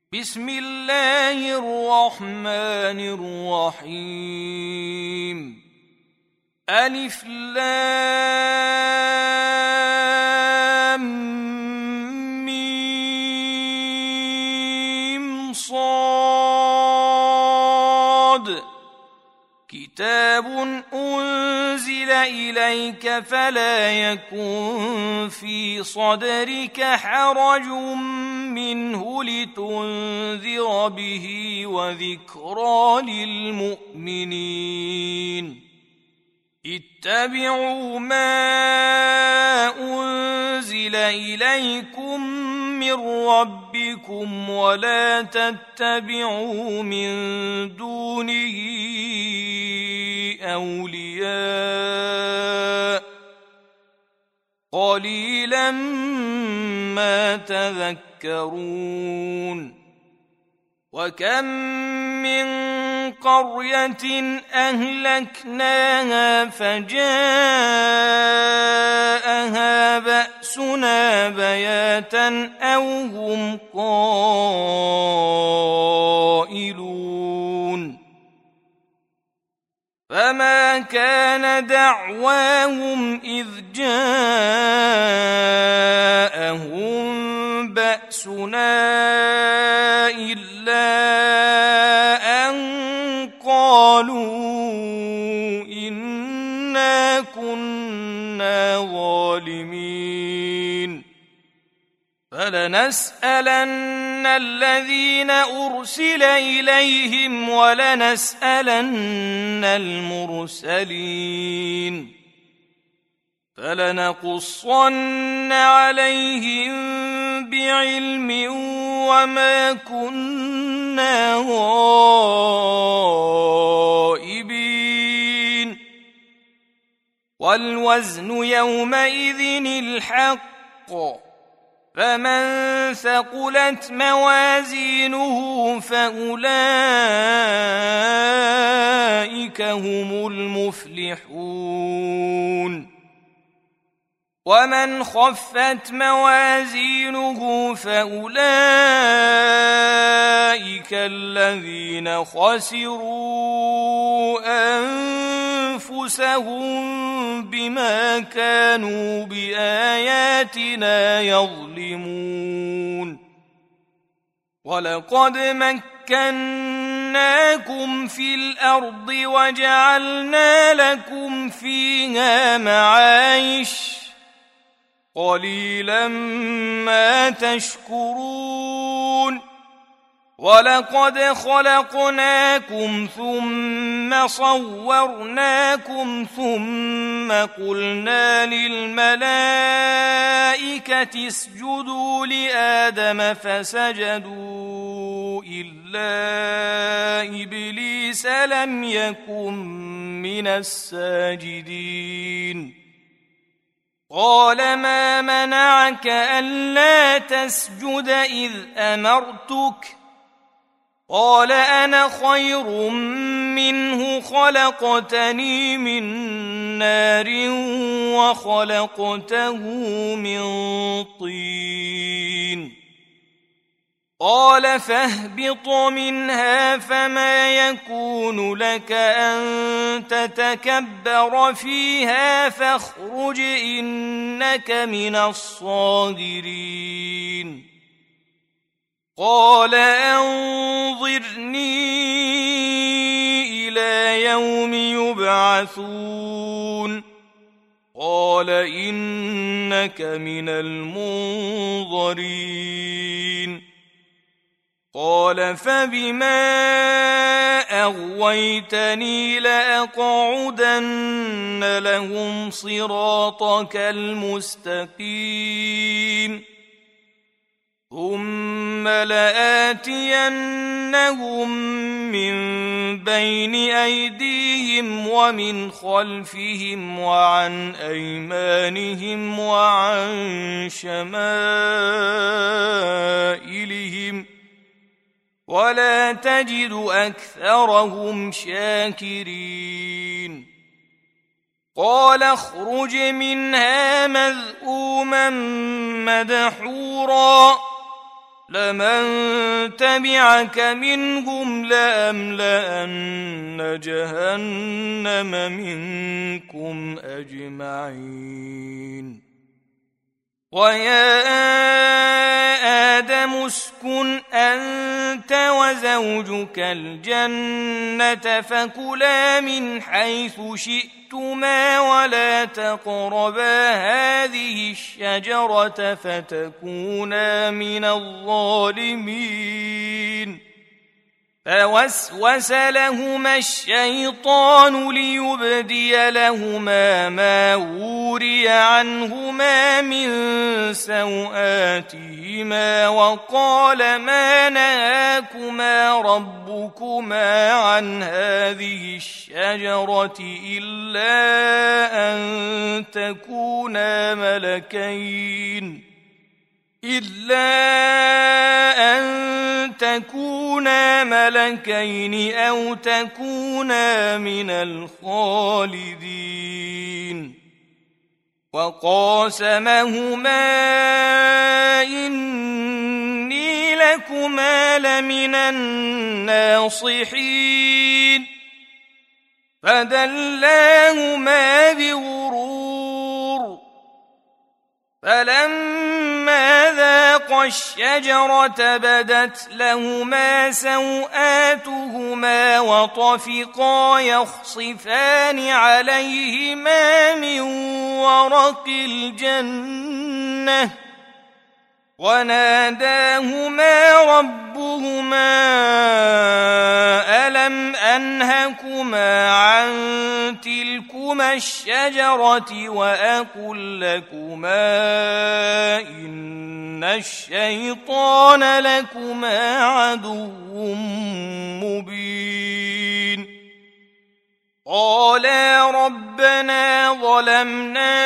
بسم الله الرحمن الرحيم. ألف لام ميم صاد. كتاب أنزل إليك فلا يكن في صدرك حرج منه لتنذر به وذكرى للمؤمنين. اتبعوا ما أنزل إليكم من ربكم ولا تتبعوا من دونه أولياء قليلا ما تذكرون. وكم من قرية أهلكناها فجاءها بأسنا بياتا أو هم قائلون. فما كان دعواهم إذ جاءهم بأسنا إلا أن قالوا إنا كنا ظالمين. فلنسألن الذين أرسل إليهم ولنسألن المرسلين. فلنقصن عليهم بعلم وما كنا غائبين. والوزن يومئذ الحق. فمن ثقلت موازينه فأولئك هم المفلحون. ومن خفت موازينه فأولئك الذين خسروا أنفسهم بما كانوا بآياتنا يظلمون. ولقد مكناكم في الأرض وجعلنا لكم فيها معايش قليلا ما تشكرون. ولقد خلقناكم ثم صورناكم ثم قلنا للملائكة اسجدوا لآدم فسجدوا إلا إبليس لم يكن من الساجدين. قال ما منعك ألا تسجد إذ أمرتك؟ قال أنا خير منه خلقتني من نار وخلقته من طين. قال فاهبط منها فما يكون لك أن تتكبر فيها فاخرج إنك من الصاغرين. قال أنظرني إلى يوم يبعثون. قال إنك من المنظرين. قال فبما أغويتني لأقعدن لهم صراطك المستقيم ثم لآتينهم من بين أيديهم ومن خلفهم وعن أيمانهم وعن شمائلهم ولا تجد أكثرهم شاكرين. قال اخرج منها مذءوما مدحورا لمن تبعك منهم لأملأن جهنم منكم أجمعين ويا آدم اسكن أنت وزوجك الجنة فكلا من حيث شئتما ولا تقربا هذه الشجرة فتكونا من الظالمين فوسوس لهما الشيطان ليبدي لهما ما وري عنهما من سوآتهما وقال ما نهاكما ربكما عن هذه الشجرة إلا أن تكونا ملكين أو تكونا من الخالدين وقاسمهما إني لكما لمن الناصحين فدلاهما بغرور فلما ذاقا الشجرة بدت لهما سوآتهما وطفقا يخصفان عليهما من ورق الجنة وناداهما ربهما ألم أنهكما عن تلكما الشجرة وأقل لكما إن الشيطان لكما عدو مبين قالا ربنا ظلمنا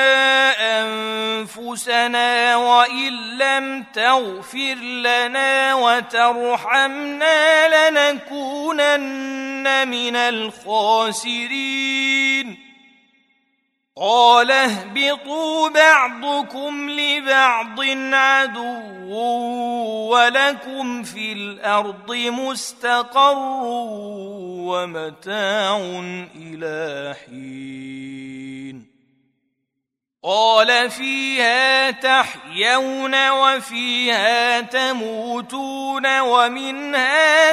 أنفسنا وإن لم تغفر لنا وترحمنا لنكونن من الخاسرين قال اهبطوا بعضكم لبعض عدو ولكم في الأرض مستقر ومتاع إلى حين قال فيها تحيون وفيها تموتون ومنها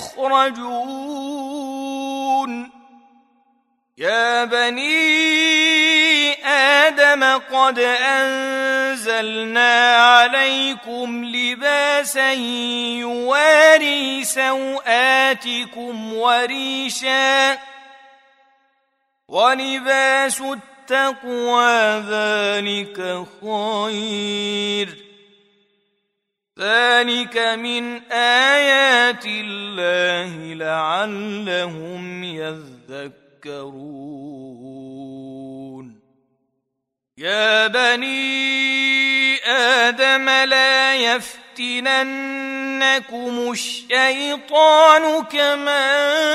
تخرجون يا بني آدم قد أنزلنا عليكم لباسا يواري سوآتكم وريشا ولباس التقوى ذلك خير ذلك من آيات الله لعلهم يذكرون يا بني آدم لا يفتننكم الشيطان كما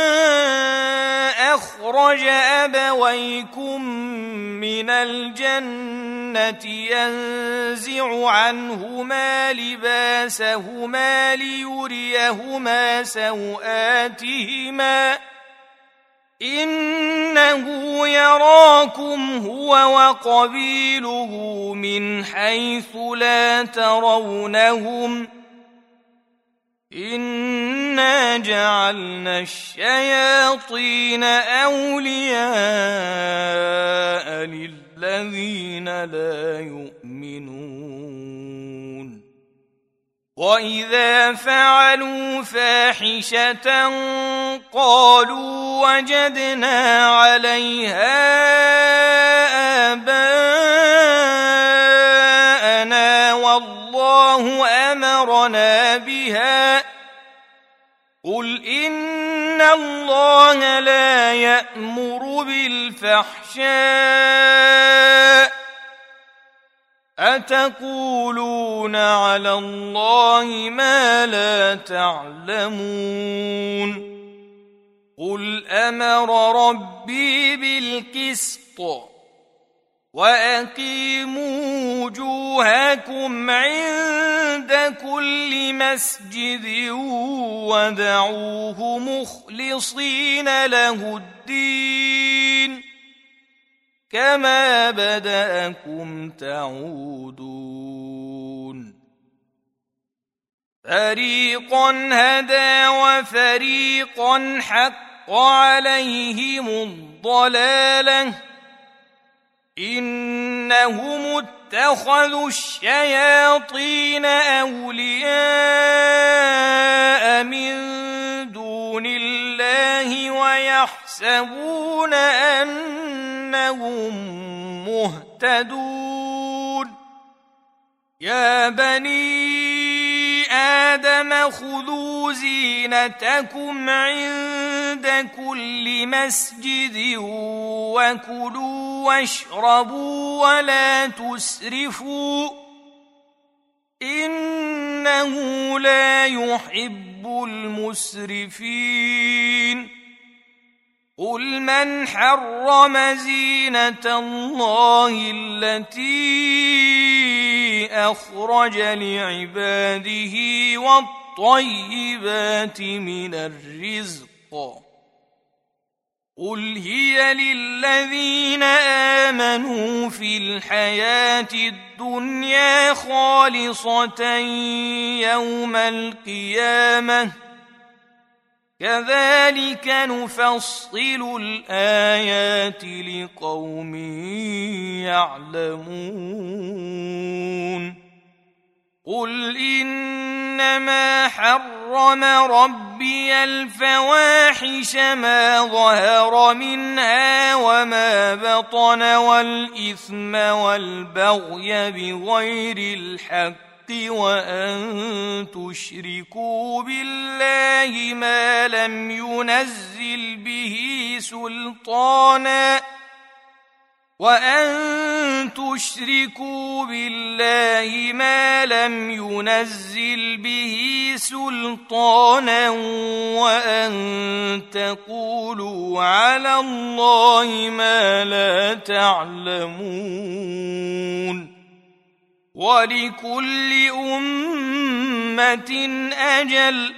أخرج أبويكم من الجنة ينزع عنهما لباسهما ليريهما سوآتهما إنه يراكم هو وقبيله من حيث لا ترونهم إنا جعلنا الشياطين أولياء للذين لا يؤمنون وإذا فعلوا فاحشة قالوا وجدنا عليها آباءنا والله أمرنا بها قل إن الله لا يأمر بالفحشاء أتقولون على الله ما لا تعلمون قل أمر ربي بالقسط وأقيموا وجوهكم عند كل مسجد ودعوه مخلصين له الدين كما بدأكم تعودون فريقا هدى وفريقا حق عليهم الضلالة إنهم اتخذوا الشياطين أولياء من دون الله ويحسبون أنهم مهتدون يا بني آدم خذوا زينتكم عند كل مسجد وكلوا واشربوا ولا تسرفوا إنه لا يحب المسرفين قل من حرم زينة الله التي أخرج لعباده والطيبات من الرزق قل هي للذين آمنوا في الحياة الدنيا خالصة يوم القيامة كذلك نفصل الآيات لقوم يعلمون قل إنما حرم ربي الفواحش ما ظهر منها وما بطن والإثم والبغي بغير الحق وأن تشركوا بالله ما لم ينزل به سلطانا وأن تشركوا بالله ما لم ينزل به سلطانا وأن تقولوا على الله ما لا تعلمون ولكل أمة أجل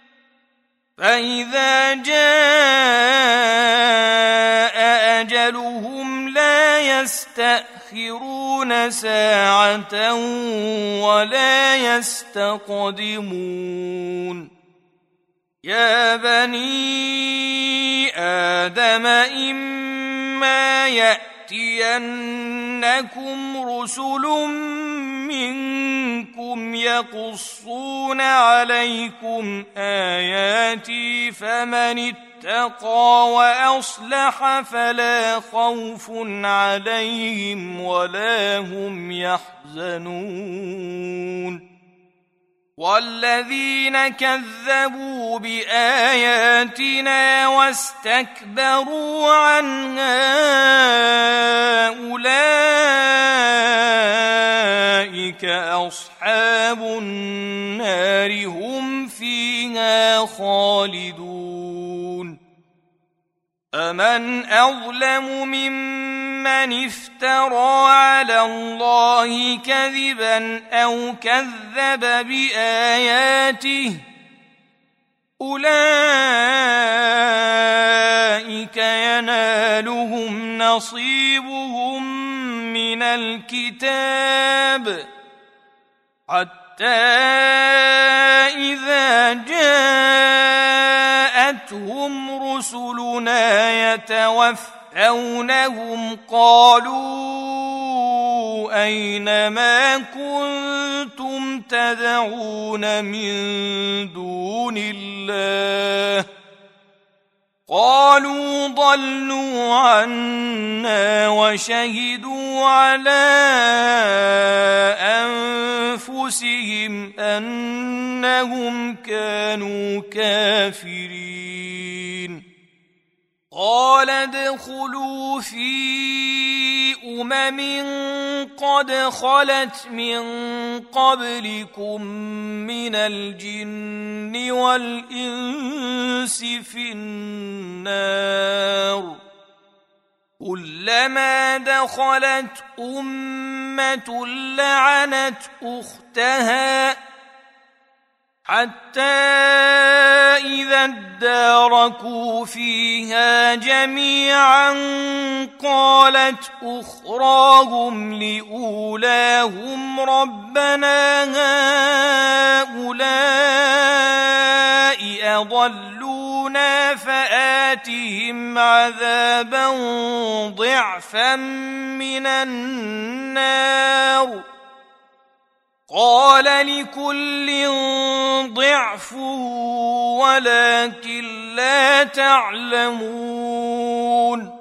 فإذا جاء أجلهم لا يستأخرون ساعة ولا يستقدمون يا بني آدم إما يأتينكم رسل منكم يقصون عليكم آياتي فمن اتقى وأصلح فلا خوف عليهم ولا هم يحزنون والذين كذبوا بآياتنا واستكبروا عنها أولئك أصحاب النار هم فيها خالدون أمن أظلم ممن افترى على الله كذبا أو كذب بآياته أولئك ينالهم نصيبهم من الكتاب حتى إذا جاءتهم رسلنا يتوفونهم قالوا أين ما كنتم تدعون من دون الله قالوا ضلوا عنا وشهدوا على أنفسهم أنهم كانوا كافرين قال ادخلوا في قد خلت من قبلكم من الجن والإنس في النار كلما دخلت أمة لعنت أختها حتى إذا اداركوا فيها جميعا قالت أخراهم لأولاهم ربنا هؤلاء أضلونا فآتهم عذابا ضعفا من النار قال لكل ضعف ولكن لا تعلمون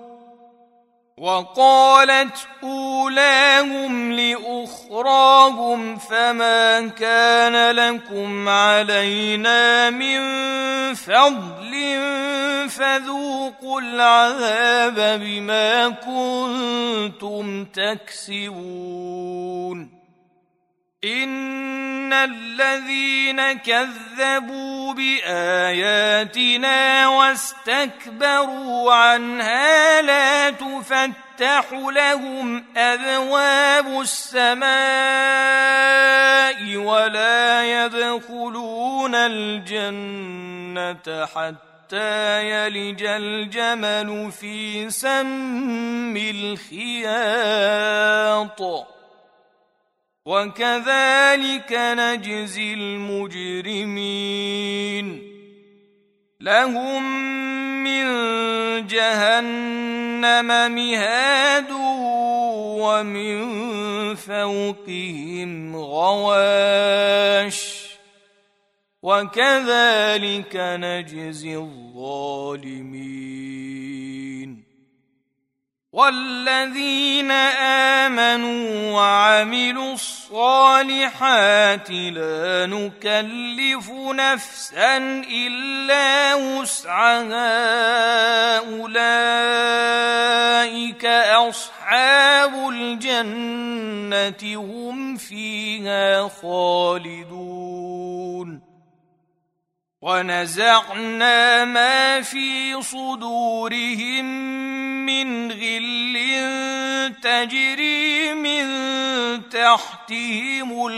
وقالت أولاهم لأخراهم فما كان لكم علينا من فضل فذوقوا العذاب بما كنتم تكسبون إن الذين كذبوا بآياتنا واستكبروا عنها لا تفتح لهم أبواب السماء ولا يدخلون الجنة حتى يلج الجمل في سم الخياط وكذلك نجزي المجرمين لهم من جهنم مهاد ومن فوقهم غواش وكذلك نجزي الظالمين والذين آمنوا وعملوا الصالحات لا نكلف نفسا إلا وسعها أولئك أصحاب الجنة هم فيها خالدون ونزعنا ما في صدورهم من غل تجري من تحتهم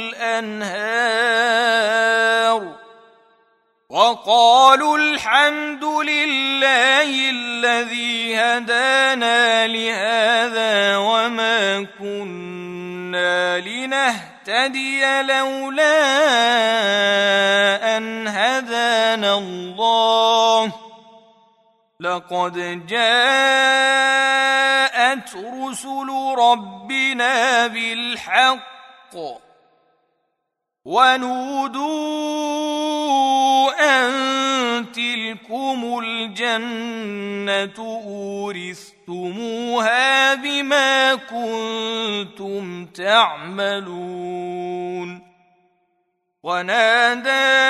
الأنهار وقالوا الحمد لله الذي هدانا لهذا وما كنا لنهتدي لولا أن هدانا الله لقد جاءت رسل ربنا بالحق ونودوا أن تلكم الجنة أورثتموها بما كنتم تعملون ونادى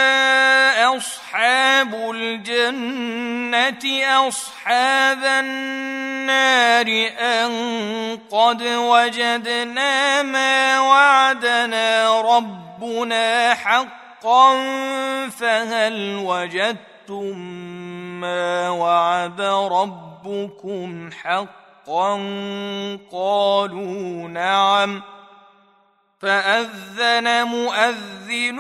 أصحاب الجنة أصحاب النار أن قد وجدنا ما وعدنا ربنا حقا فهل وجدتم ما وعد ربكم حقا قالوا نعم فأذن مؤذن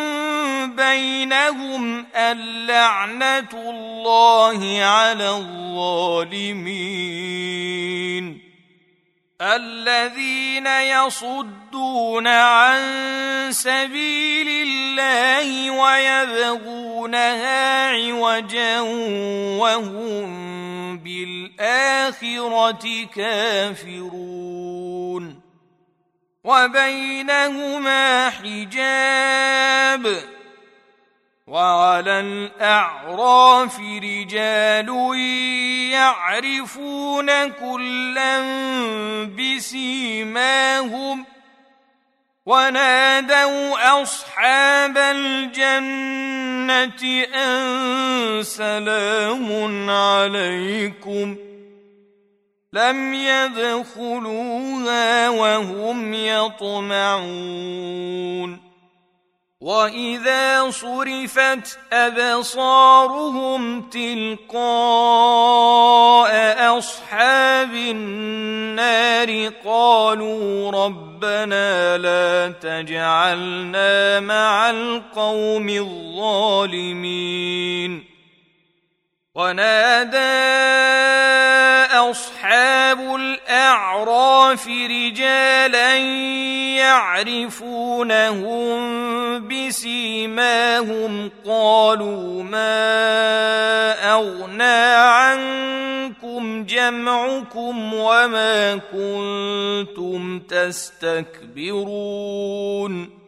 بينهم اللعنة الله على الظالمين الذين يصدون عن سبيل الله ويبغونها عوجا وهم بالآخرة كافرون وبينهما حجاب وعلى الأعراف رجال يعرفون كلا بسيماهم ونادوا أصحاب الجنة أن سلام عليكم لم يدخلوها وهم يطمعون وإذا صرفت أبصارهم تلقاء أصحاب النار قالوا ربنا لا تجعلنا مع القوم الظالمين. ونادى أصحاب الأعراف رجالا يعرفونهم بسيماهم قالوا ما أغنى عنكم جمعكم وما كنتم تستكبرون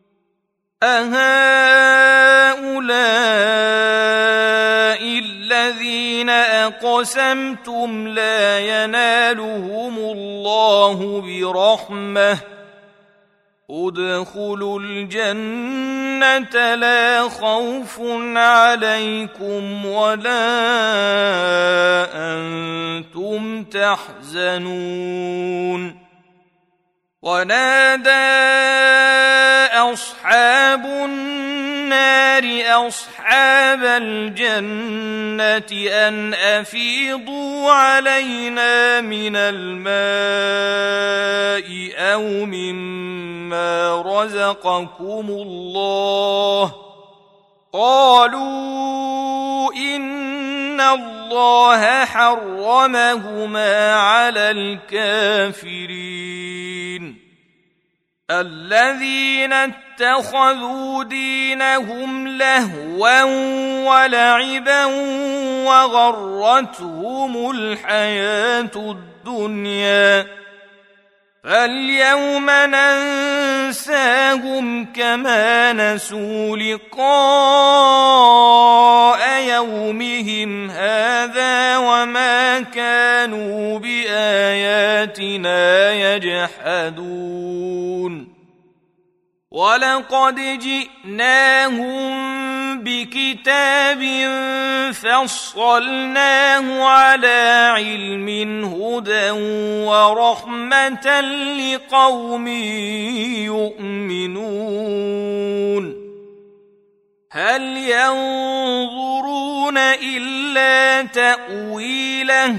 أهؤلاء الذين أقسمتم لا ينالهم الله برحمة ادخلوا الجنة لا خوف عليكم ولا أنتم تحزنون. ونادى أصحاب النار أصحاب الجنة أن أفيضوا علينا من الماء أو مما رزقكم الله قالوا إن الله حرمهما على الكافرين. الذين اتخذوا دينهم لهوا ولعبا وغرتهم الحياة الدنيا فاليوم ننساهم كما نسوا لقاء يومهم هذا وما كانوا بآياتنا يجحدون. ولقد جئناهم بكتاب فصلناه على علم هدى ورحمة لقوم يؤمنون. هل ينظرون إلا تأويله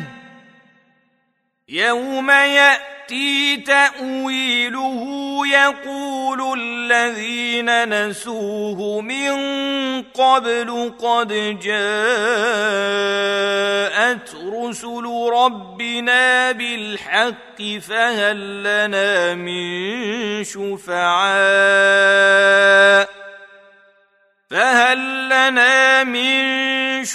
يوم يأتي تأويله يقول الذين نسوه من قبل قد جاءت رسل ربنا بالحق فهل لنا من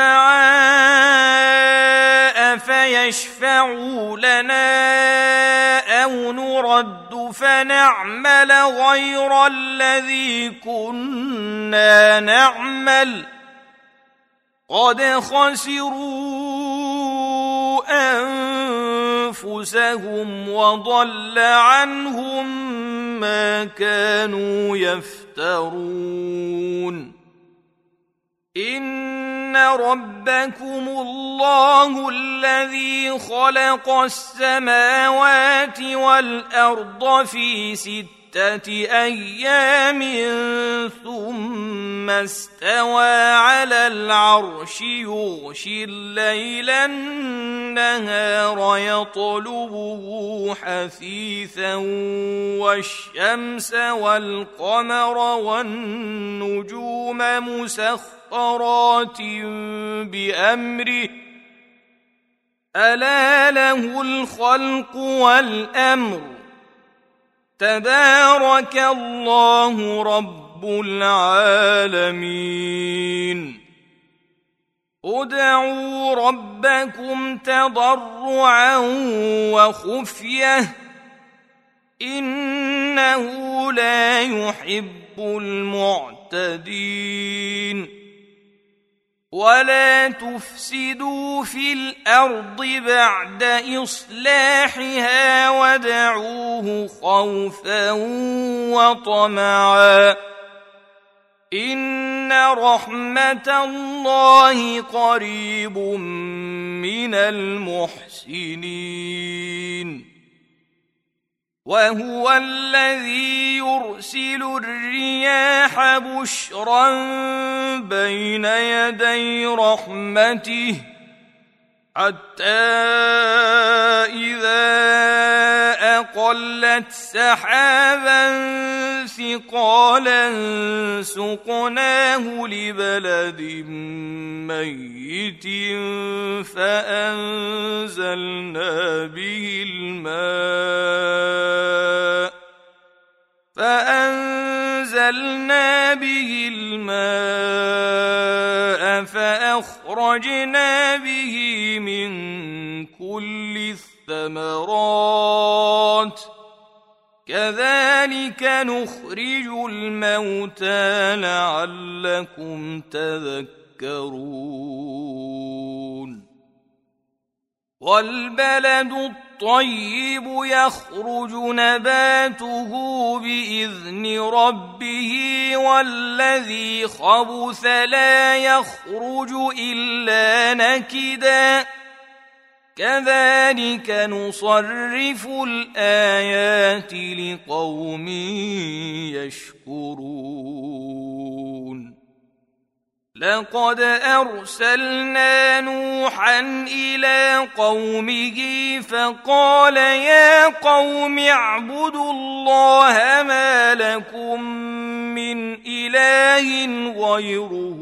شفعاء فيشفعوا لنا أو نرد فنعمل غير الذي كنا نعمل قد خسروا أنفسهم وضل عنهم ما كانوا يفترون. إن ربكم الله الذي خلق السماوات والأرض في 6 أيام ثم استوى على العرش يغشي الليل النهار يطلبه حثيثا والشمس والقمر والنجوم مسخرات بأمره ألا له الخلق والأمر تبارك الله رب العالمين. ادعوا ربكم تضرعا وخفية إنه لا يحب المعتدين. ولا تفسدوا في الأرض بعد إصلاحها وادعوه خوفا وطمعا إن رحمة الله قريب من المحسنين. وهو الذي يرسل الرياح بشرا بين يدي رحمته حتى إذا أقلت سحابا ثقالا سقناه لبلد ميت فأنزلنا به الماء فأخرجنا به من كل الثمرات كذلك نخرج الموتى لعلكم تذكرون والبلد الطيب يخرج نباته بإذن ربه والذي خبث لا يخرج إلا نكدا كذلك نصرف الآيات لقوم يشكرون لقد أرسلنا نوحا إلى قومه فقال يا قوم اعبدوا الله ما لكم من إله غيره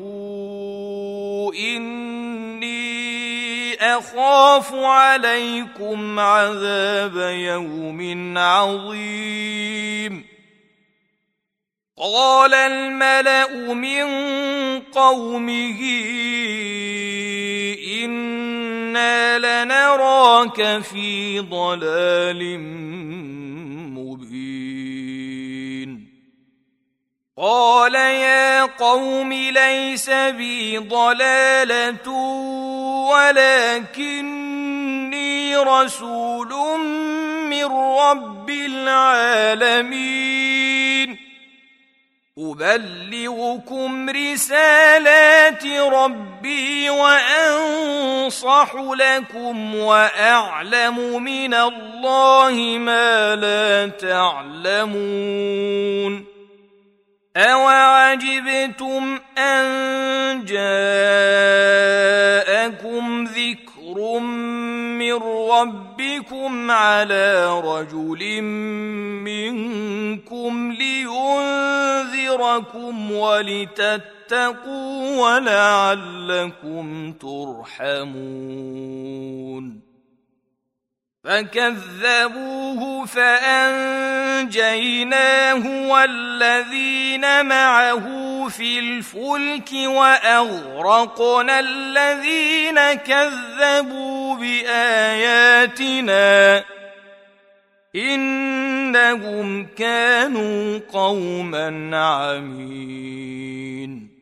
إني أخاف عليكم عذاب يوم عظيم قال الملأ من قومه إنا لنراك في ضلال مبين قال يا قوم ليس بي ضلالة ولكني رسول من رب العالمين أبلغكم رسالات ربي وأنصح لكم وأعلم من الله ما لا تعلمون أوعجبتم أن جاءكم ذكر من ربكم على رجل منكم لينذركم ولتتقوا ولعلكم ترحمون فكذبوه فأنجيناه والذين معه في الفلك وأغرقنا الذين كذبوا بآياتنا إنهم كانوا قوما عمين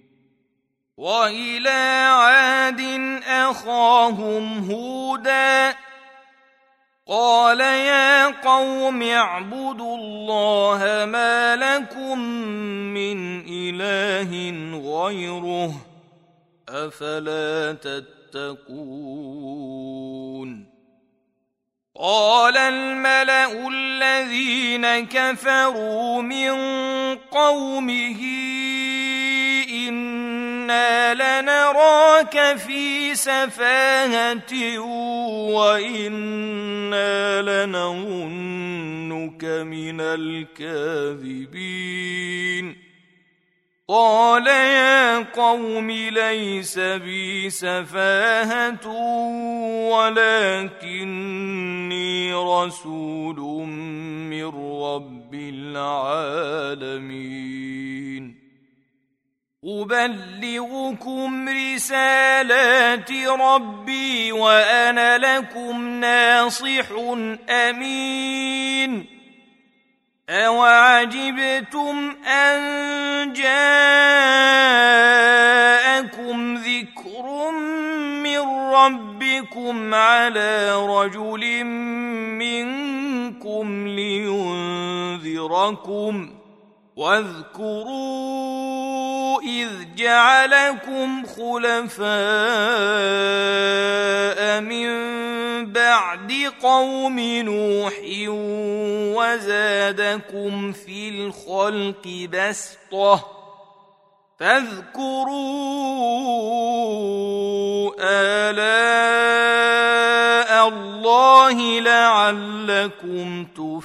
وإلى عاد أخاهم هودا قال يا قوم اعبدوا الله ما لكم من إله غيره أفلا تتقون قال الملأ الذين كفروا من قومه إنا لنراك في سفاهة وإنا لنظنك من الكاذبين قال يا قوم ليس بي سفاهة ولكني رسول من رب العالمين أبلغكم رسالات ربي وأنا لكم ناصح أمين أوعجبتم أن جاءكم ذكر من ربكم على رجل منكم لينذركم واذكروا إذ جعلكم خلفاء من بعد قوم نوح وزادكم في الخلق بسطة فاذكروا آلاء الله لعلكم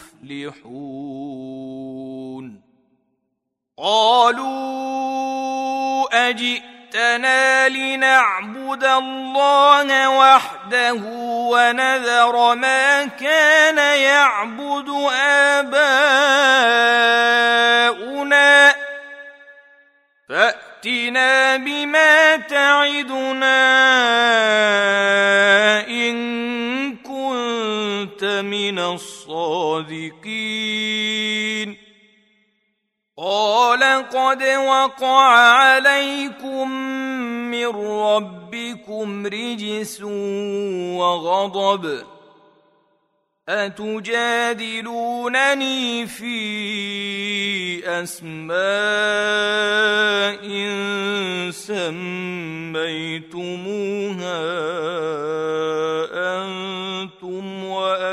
تفلحون قالوا أجئتنا لنعبد الله وحده ونذر ما كان يعبد آباؤنا فأتنا بما تعدنا إن كنت من الصادقين قال قد وقع عليكم من ربكم رجس وغضب أتجادلونني في أسماء سميتموها أنتم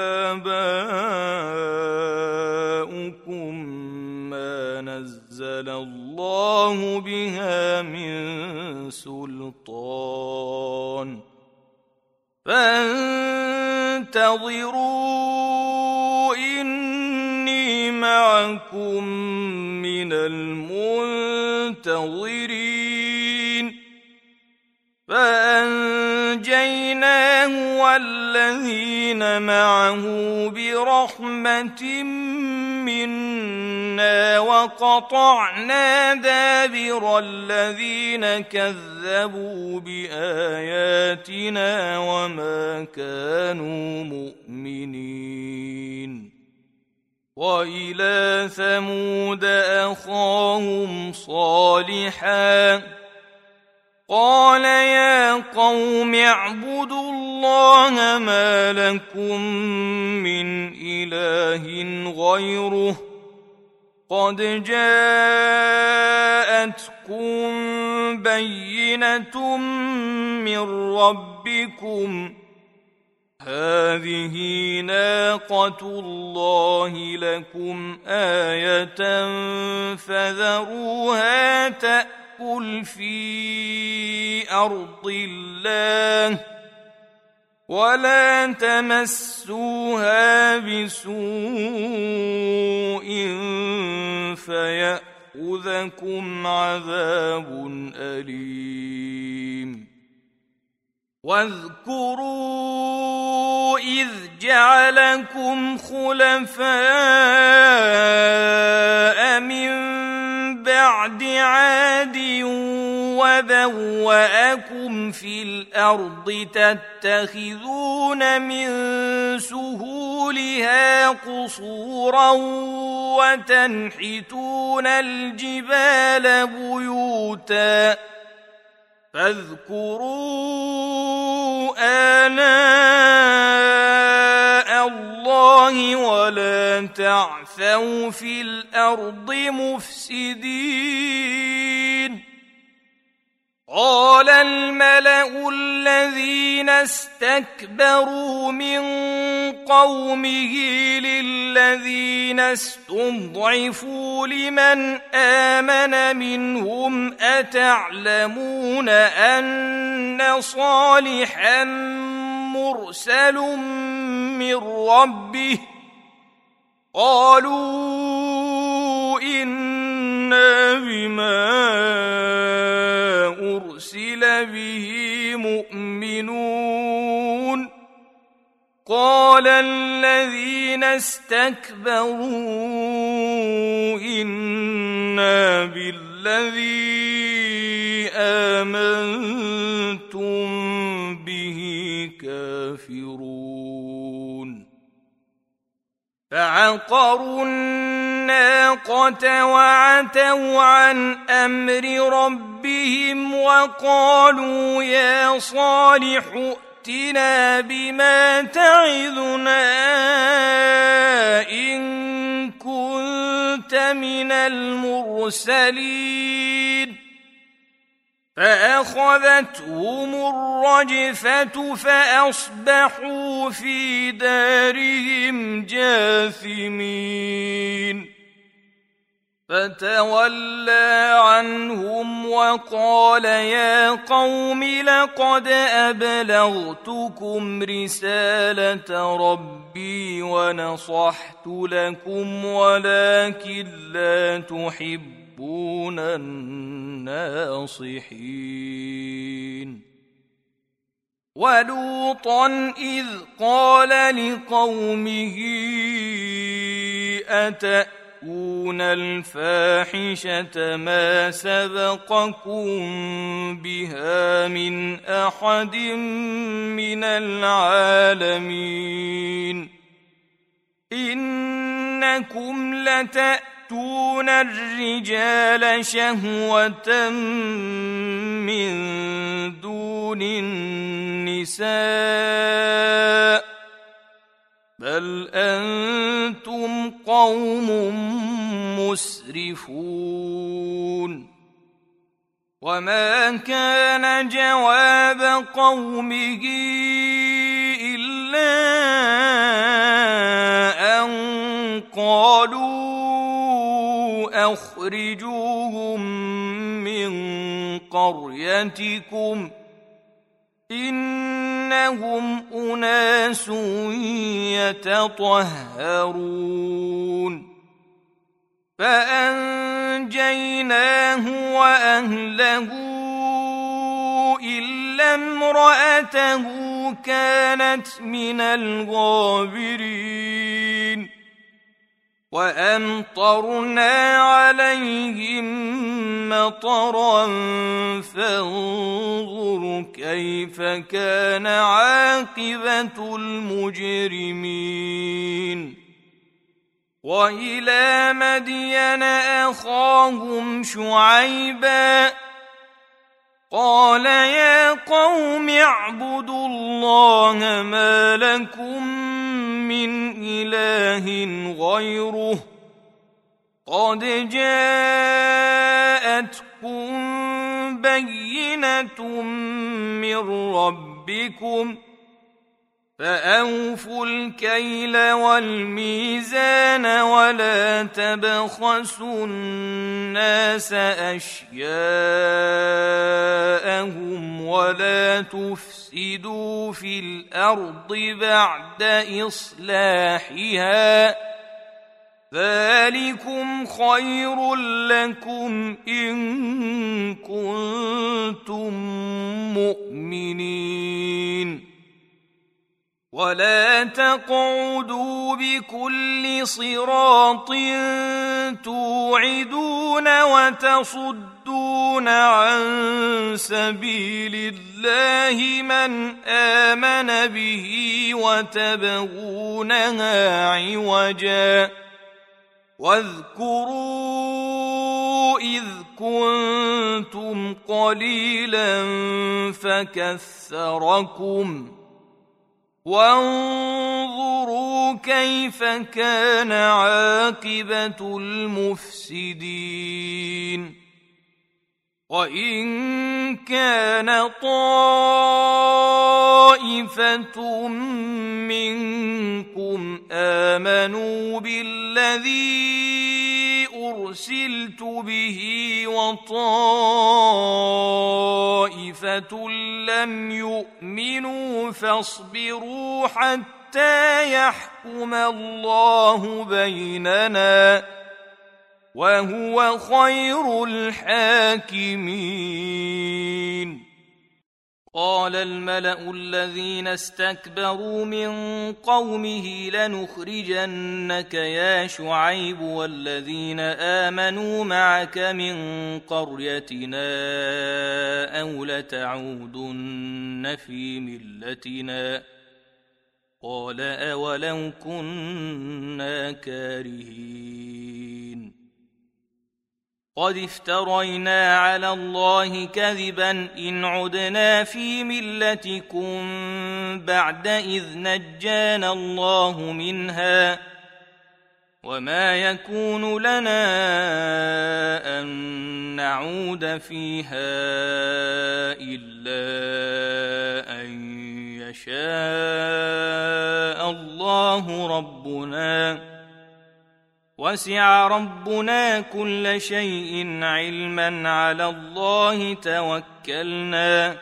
وآباؤكم ما نزل الله بها من سلطان فانتظروا إني معكم من المنتظرين فأنجيناه والذين معه برحمة منا وقطعنا دابر الذين كذبوا بآياتنا وما كانوا مؤمنين وإلى ثمود أخاهم صالحا قال يا قوم اعبدوا الله ما لكم من إله غيره قد جاءتكم بينة من ربكم هذه ناقة الله لكم آية فذروها تأكل في أرض الله ولا تمسوها بسوء فيأخذكم عذاب أليم واذكروا إذ جعلكم خلفاء من بعد عاد وبوأكم في الأرض تتخذون من سهولها قصورا وتنحتون الجبال بيوتا فاذكروا آلاء الله ولا تعثوا في الأرض مفسدين قال الملأ الذين استكبروا من قومه للذين استضعفوا لمن آمن منهم أتعلمون أن صالحا مرسل من ربه قالوا إنا بما أرسل به مؤمنون قال الذين استكبروا إنا بالذي آمنتم به كافرون فعقروا الناقة وعتوا عن أمر ربهم وقالوا يا صالح ائتنا بما تعظنا إن كنت من المرسلين فأخذتهم الرجفة فأصبحوا في دارهم جاثمين فتولى عنهم وقال يا قوم لقد أبلغتكم رسالة ربي ونصحت لكم ولكن لا تحبون الناصحين ولوطا إذ قال لقومه أتأتون الفاحشة ما سبقكم بها من أحد من العالمين إنكم لتأتون الرجال شهوة من دون النساء بل أنتم قوم مسرفون وما كان جواب قومه إلا أن قالوا أخرجوهم من قريتكم إنهم أناس يتطهرون فأنجيناه وأهله إلا امرأته كانت من الغابرين وأمطرنا عليهم مطرا فانظر كيف كان عاقبة المجرمين وإلى مدين أخاهم شعيبا قال يا قوم اعبدوا الله ما لكم من إله غيره قد جاءتكم بينة من ربكم فأوفوا الكيل والميزان ولا تبخسوا الناس أشياءهم ولا تفسدوا في الأرض بعد إصلاحها ذلكم خير لكم إن كنتم مؤمنين ولا تقعدوا بكل صراط توعدون وتصدون عن سبيل الله من آمن به وتبغونها عوجا واذكروا إذ كنتم قليلا فكثركم وانظروا كيف كان عاقبة المفسدين وإن كان طائفة منكم آمنوا بالذي أرسلت به وطائفة لم يؤمنوا فاصبروا حتى يحكم الله بيننا وهو خير الحاكمين قال الملأ الذين استكبروا من قومه لنخرجنك يا شعيب والذين آمنوا معك من قريتنا أو لتعودن في ملتنا قال أولو كنا كارهين قد افترينا على الله كذبا إن عدنا في ملتكم بعد إذ نجانا الله منها وما يكون لنا أن نعود فيها إلا أن يشاء الله ربنا وسع ربنا كل شيء علما على الله توكلنا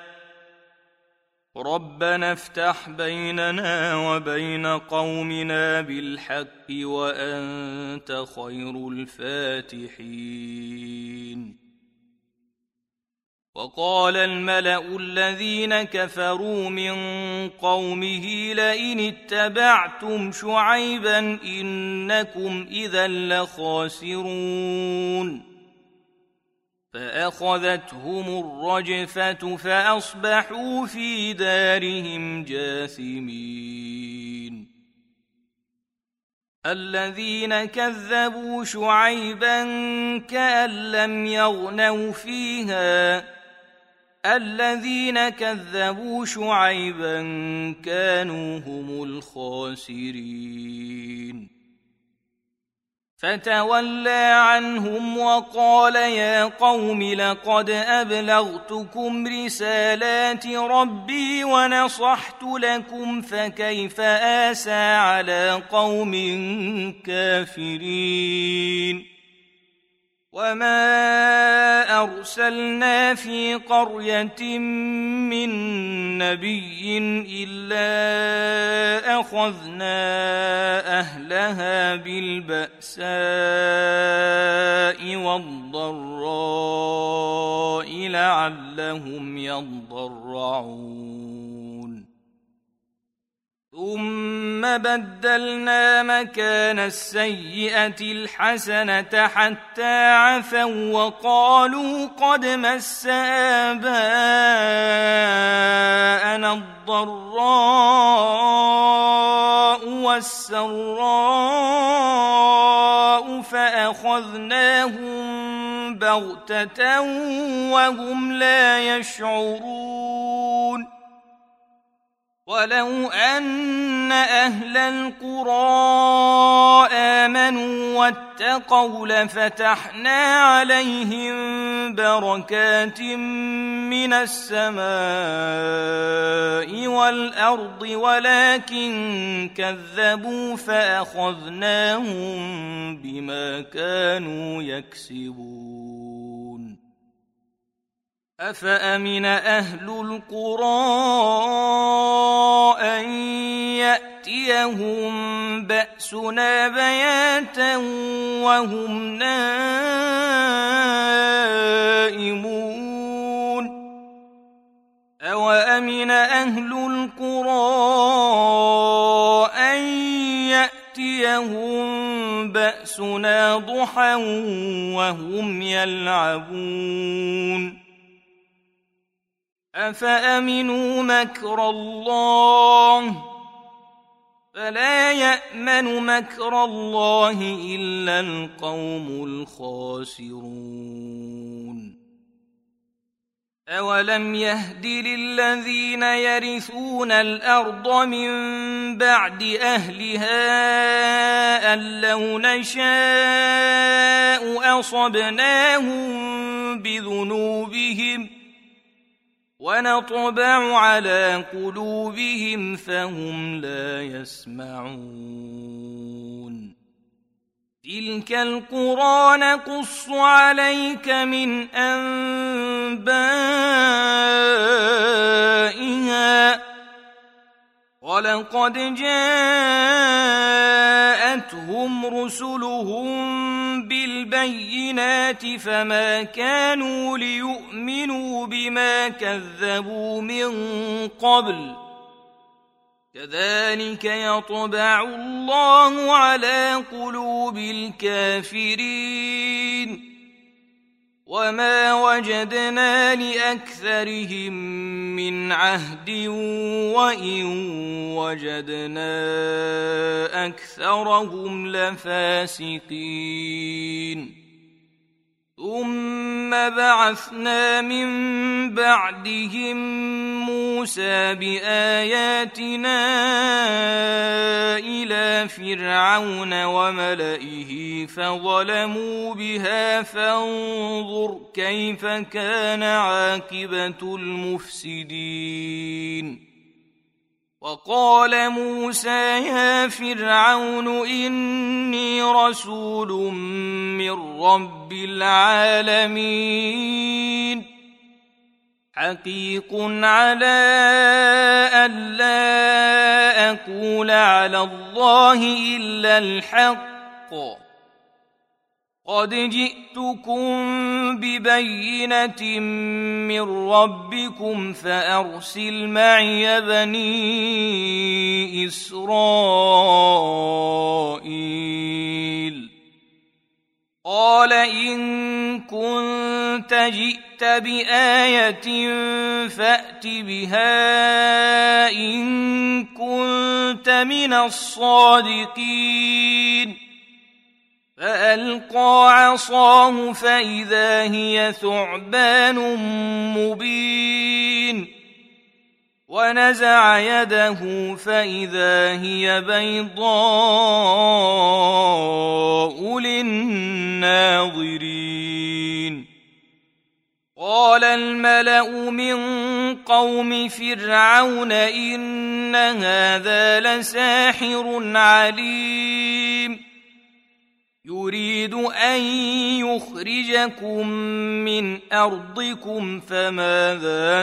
ربنا افتح بيننا وبين قومنا بالحق وأنت خير الفاتحين. وقال الملأ الذين كفروا من قومه لئن اتبعتم شعيبا إنكم إذا لخاسرون فأخذتهم الرجفة فأصبحوا في دارهم جاثمين. الذين كذبوا شعيبا كأن لم يغنوا فيها الذين كذبوا شعيبا كانوا هم الخاسرين. فتولى عنهم وقال يا قوم لقد أبلغتكم رسالات ربي ونصحت لكم فكيف آسى على قوم كافرين. وما أرسلنا في قرية من نبي إلا أخذنا أهلها بالبأساء والضراء لعلهم يضرعون ثم بدلنا مكان السيئة الحسنة حتى عفوا وقالوا قد مس آباءنا الضراء والسراء فأخذناهم بغتة وهم لا يشعرون. ولو أن أهل القرى آمنوا واتقوا لفتحنا عليهم بركات من السماء والأرض ولكن كذبوا فأخذناهم بما كانوا يكسبون. أفأمن أهل القرى أن يأتيهم بأسنا بياتا وهم نائمون أوأمن أهل القرى أن يأتيهم بأسنا ضحى وهم يلعبون أفأمنوا مكر الله فلا يأمن مكر الله إلا القوم الخاسرون. أولم يهد للذين يرثون الأرض من بعد أهلها أن لو نشاء أصبناهم بذنوبهم ونطبع على قلوبهم فهم لا يسمعون. تلك القرى نقص عليك من أنبائها ولقد جاءتهم رسلهم بالبينات فما كانوا ليؤمنوا بما كذبوا من قبل كذلك يطبع الله على قلوب الكافرين وما وجدنا لأكثرهم من عهد وإن وجدنا أكثرهم لفاسقين ثم بعثنا من بعدهم موسى بآياتنا إلى فرعون وملئه فظلموا بها فانظر كيف كان عاقبة المفسدين. وقال موسى يا فرعون إني رسول من رب العالمين حقيق على ألا أقول على الله إلا الحق قد جئتكم ببينة من ربكم فأرسل معي بني إسرائيل. قال إن كنت جئت بآية فأت بها إن كنت من الصادقين. فألقى عصاه فإذا هي ثعبان مبين ونزع يده فإذا هي بيضاء للناظرين. قال الملأ من قوم فرعون إن هذا لساحر عليم يريد أن يخرجكم من أرضكم فماذا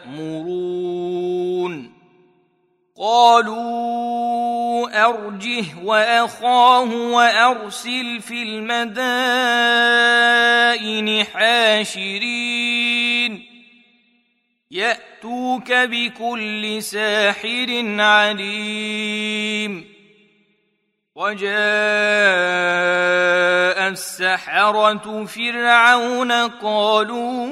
تأمرون؟ قالوا أرجه وأخاه وأرسل في المدائن حاشرين يأتوك بكل ساحر عليم. وجاء السحرة فرعون قالوا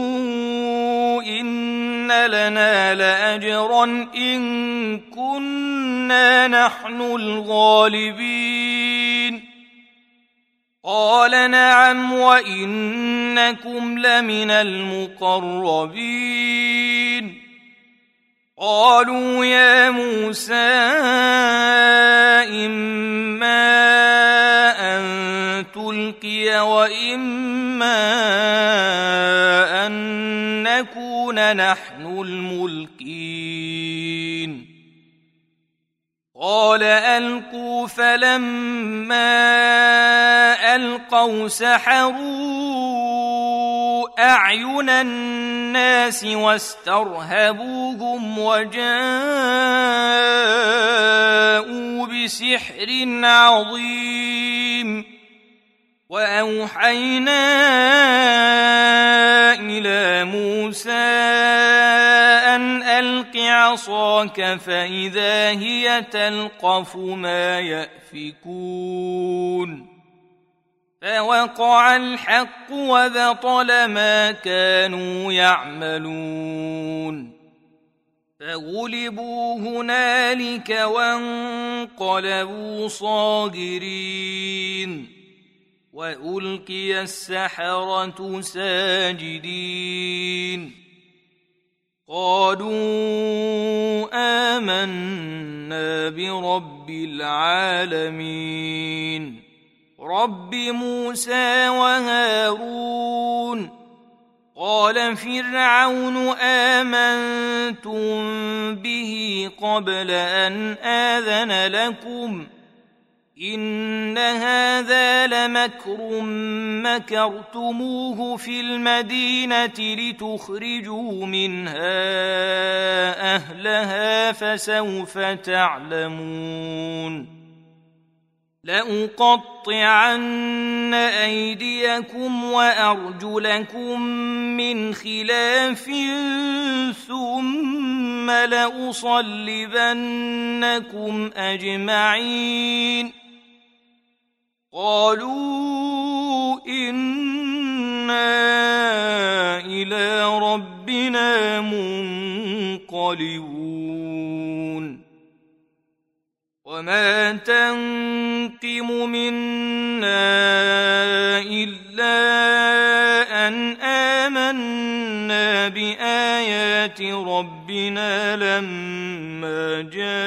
إن لنا لأجرا إن كنا نحن الغالبين. قال نعم وإنكم لمن المقربين. قالوا يا موسى إما أن تلقي وإما أن نكون نحن الملقين. قال ألقوا فلما ألقوا سحروا أعين الناس واسترهبوهم وجاءوا بسحر عظيم. وأوحينا إلى موسى أن ألق عصاك فإذا هي تلقف ما يأفكون. فوقع الحق وبطل ما كانوا يعملون. فغلبوا هنالك وانقلبوا صاغرين. وألقي السحرة ساجدين. قالوا آمنا برب العالمين رب موسى وهارون. قال فرعون آمنتم به قبل أن آذن لكم إن هذا لمكر مكرتموه في المدينة لتخرجوا منها أهلها فسوف تعلمون. لأقطعن أيديكم وأرجلكم من خلاف ثم لأصلبنكم أجمعين. قالوا إنا إلى ربنا منقلبون. وما تنقم منا إلا آيات ربنا لما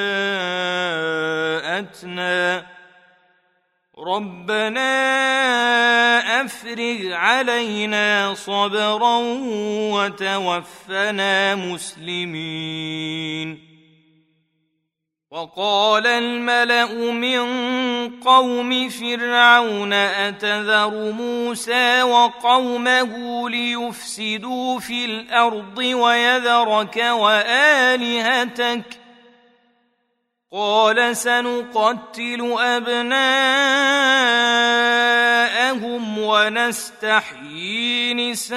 جاءتنا ربنا أفرغ علينا صبرا وتوفنا مسلمين. وقال الملأ من قوم فرعون أتذر موسى وقومه ليفسدوا في الأرض ويذرك وآلهتك قال سنقتل أبناءهم ونستحيي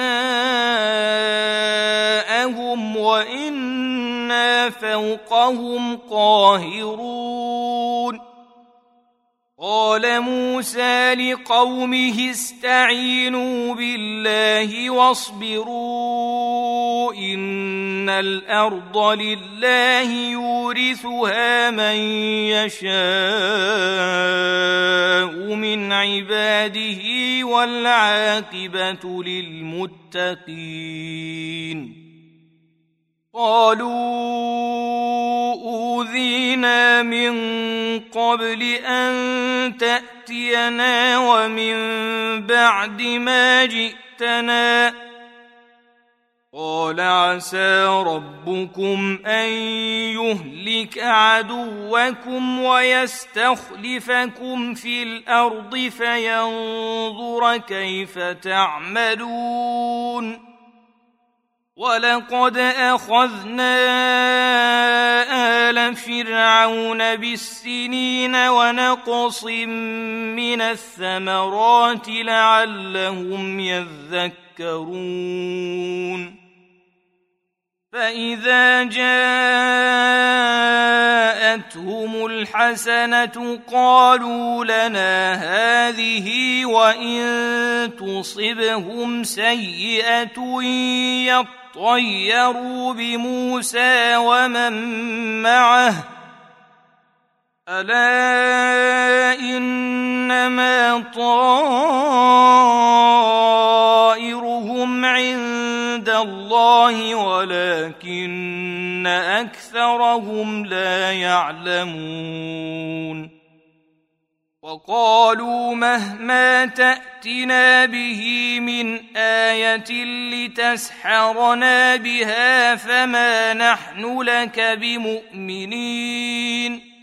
نساءهم وإنا فوقهم قاهرون. قال موسى لقومه استعينوا بالله واصبروا إن الأرض لله يورثها من يشاء من عباده والعاقبة للمتقين. قالوا أوذينا من قبل أن تأتينا ومن بعد ما جئتنا قال عسى ربكم أن يهلك عدوكم ويستخلفكم في الأرض فينظر كيف تعملون. ولقد أخذنا آل فرعون بالسنين ونقص من الثمرات لعلهم يذكرون. فإذا جاءتهم الحسنة قالوا لنا هذه وإن تصبهم سيئة يطيروا بموسى ومن معه ألا إنما طائرهم عند الله ولكن أكثرهم لا يعلمون. وقالوا مهما تأتنا به من آية لتسحرنا بها فما نحن لك بمؤمنين.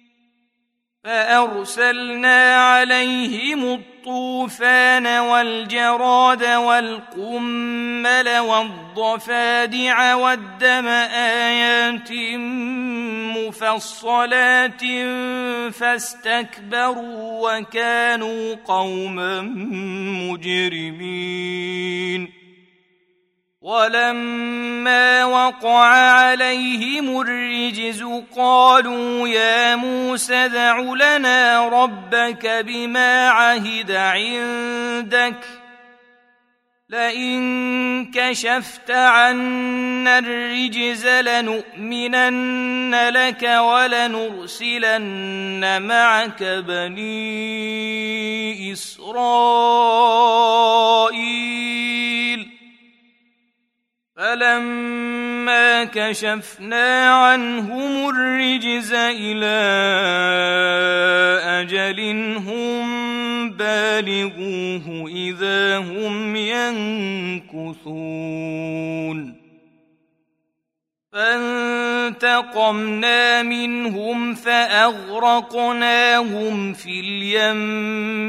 فأرسلنا عليهم الطوفان والجراد والقمل والضفادع والدم آيات مفصلات فاستكبروا وكانوا قوما مجرمين. ولما وقع عليهم الرجز قالوا يا موسى ادع لنا ربك بما عهد عندك لئن كشفت عنا الرجز لنؤمنن لك ولنرسلن معك بني إسرائيل. فلما كشفنا عنهم الرجز إلى أجل هم بالغوه إذا هم ينكثون. فانتقمنا منهم فأغرقناهم في اليم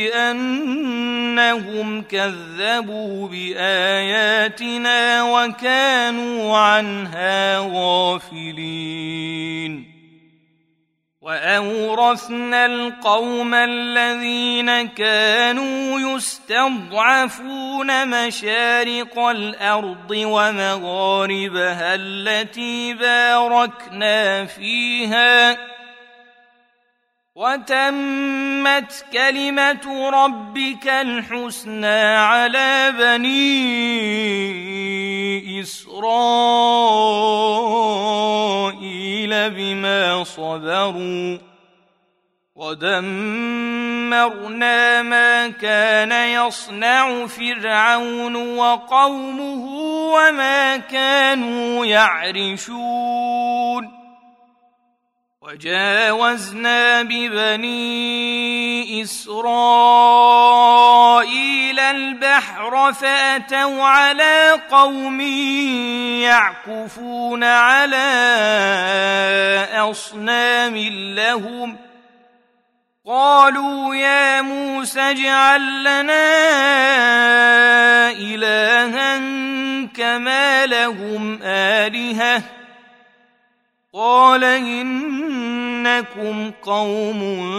بأنهم كذبوا بآياتنا وكانوا عنها غافلين. وأورثنا القوم الذين كانوا يستضعفون مشارق الأرض ومغاربها التي باركنا فيها وتمت كلمة ربك الحسنى على بني إسرائيل بما صبروا ودمرنا ما كان يصنع فرعون وقومه وما كانوا يعرشون وجاوزنا ببني إسرائيل البحر فأتوا على قوم يعكفون على أصنام لهم قالوا يا موسى اجعل لنا إلها كما لهم آلهة قال إنكم قوم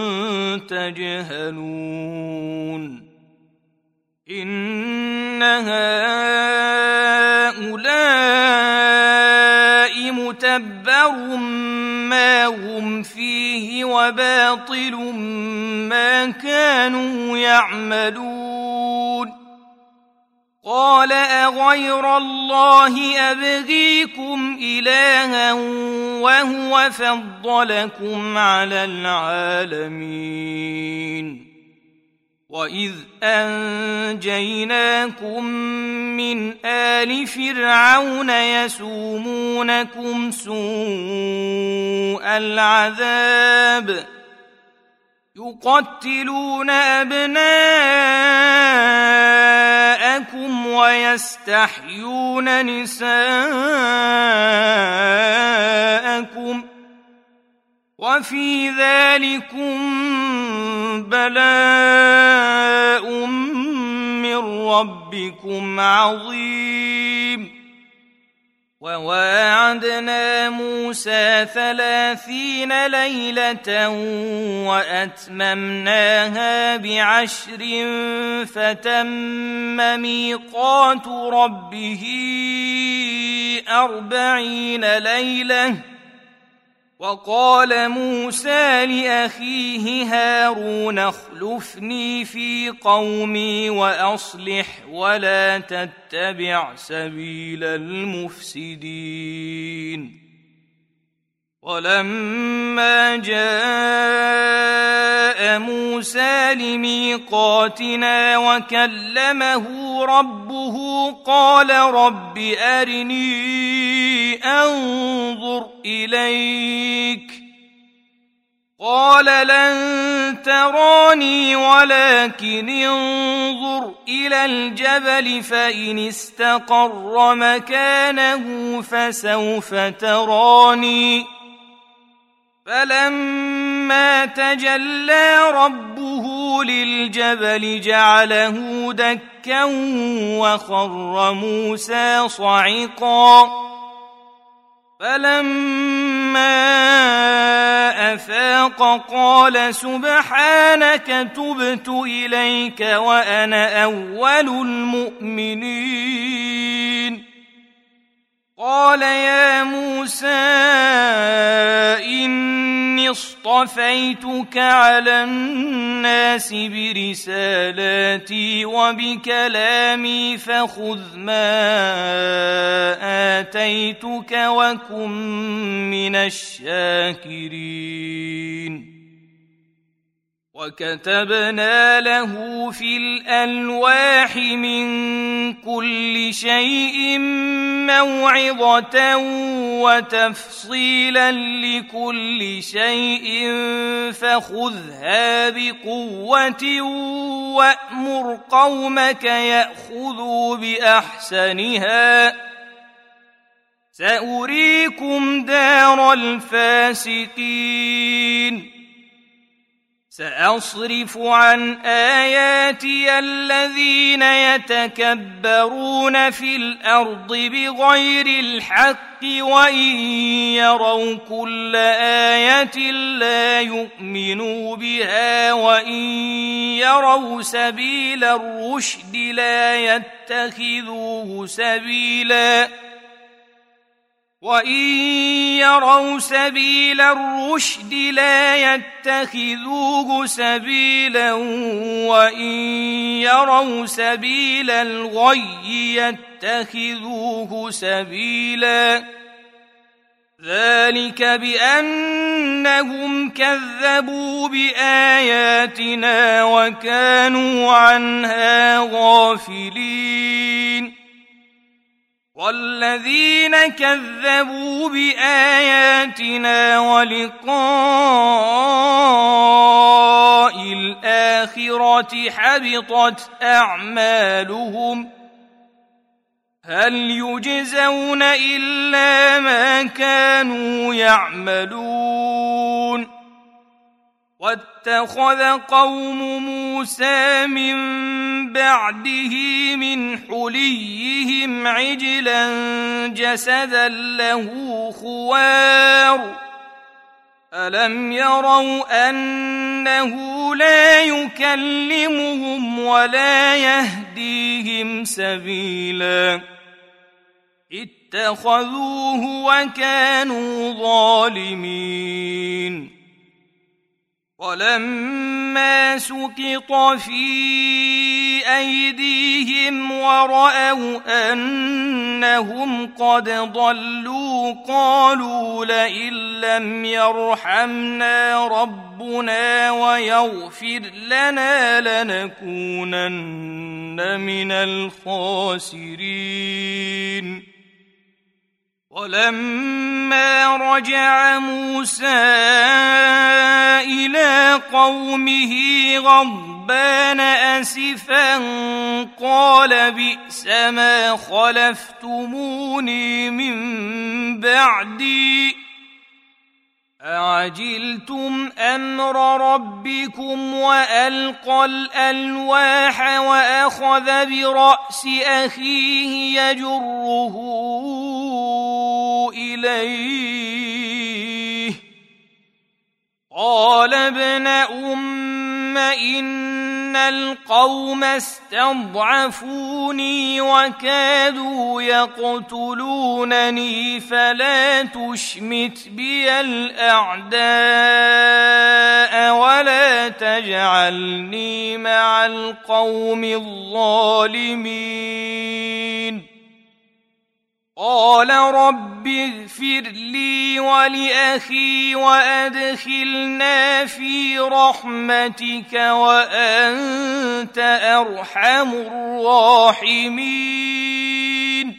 تجهلون إن هؤلاء متبر ما هم فيه وباطل ما كانوا يعملون قال أغير الله أبغيكم إلها وهو فضلكم على العالمين وإذ أنجيناكم من آل فرعون يسومونكم سوء العذاب يقتلون أبناءكم ويستحيون نساءكم وفي ذلكم بلاء من ربكم عظيم وواعدنا موسى 30 ليلة وأتممناها ب10 فتم ميقات ربه 40 ليلة وقال موسى لأخيه هارون اخلفني في قومي وأصلح ولا تتبع سبيل المفسدين ولما جاء موسى لميقاتنا وكلمه ربه قال رب أرني أنظر إليك قال لن تراني ولكن انظر إلى الجبل فإن استقر مكانه فسوف تراني فلما تجلى ربه للجبل جعله دكا وخر موسى صعقا فلما أفاق قال سبحانك تبت إليك وأنا أول المؤمنين قال يا موسى إني اصطفيتك على الناس برسالاتي وبكلامي فخذ ما آتيتك وكن من الشاكرين وكتبنا له في الألواح من كل شيء موعظة وتفصيلا لكل شيء فخذها بقوة وأمر قومك يأخذوا بأحسنها سأريكم دار الفاسقين سأصرف عن آياتي الذين يتكبرون في الأرض بغير الحق وإن يروا كل آية لا يؤمنوا بها وإن يروا سبيل الرشد لا يتخذوه سبيلا وإن يروا سبيل الرشد لا يتخذوه سبيلا وإن يروا سبيل الغي يتخذوه سبيلا ذلك بأنهم كذبوا بآياتنا وكانوا عنها غافلين والذين كذبوا بآياتنا ولقاء الآخرة حبطت أعمالهم هل يجزون إلا ما كانوا يعملون واتخذ قوم موسى من بعده من حليهم عجلا جسدا له خوار ألم يروا أنه لا يكلمهم ولا يهديهم سبيلا اتخذوه وكانوا ظالمين ولما سقط في أيديهم ورأوا أنهم قد ضلوا قالوا لئن لم يرحمنا ربنا ويغفر لنا لنكونن من الخاسرين ولما رجع موسى إلى قومه غضبان أسفا قال بئس ما خلفتموني من بعدي أعجلتم أمر ربكم وألقى الألواح وأخذ برأس أخيه يجره إليه قال ابن أم إن القوم استضعفوني وكادوا يقتلونني فلا تشمت بي الأعداء ولا تجعلني مع القوم الظالمين قال رب اغفر لي ولأخي وأدخلنا في رحمتك وأنت أرحم الراحمين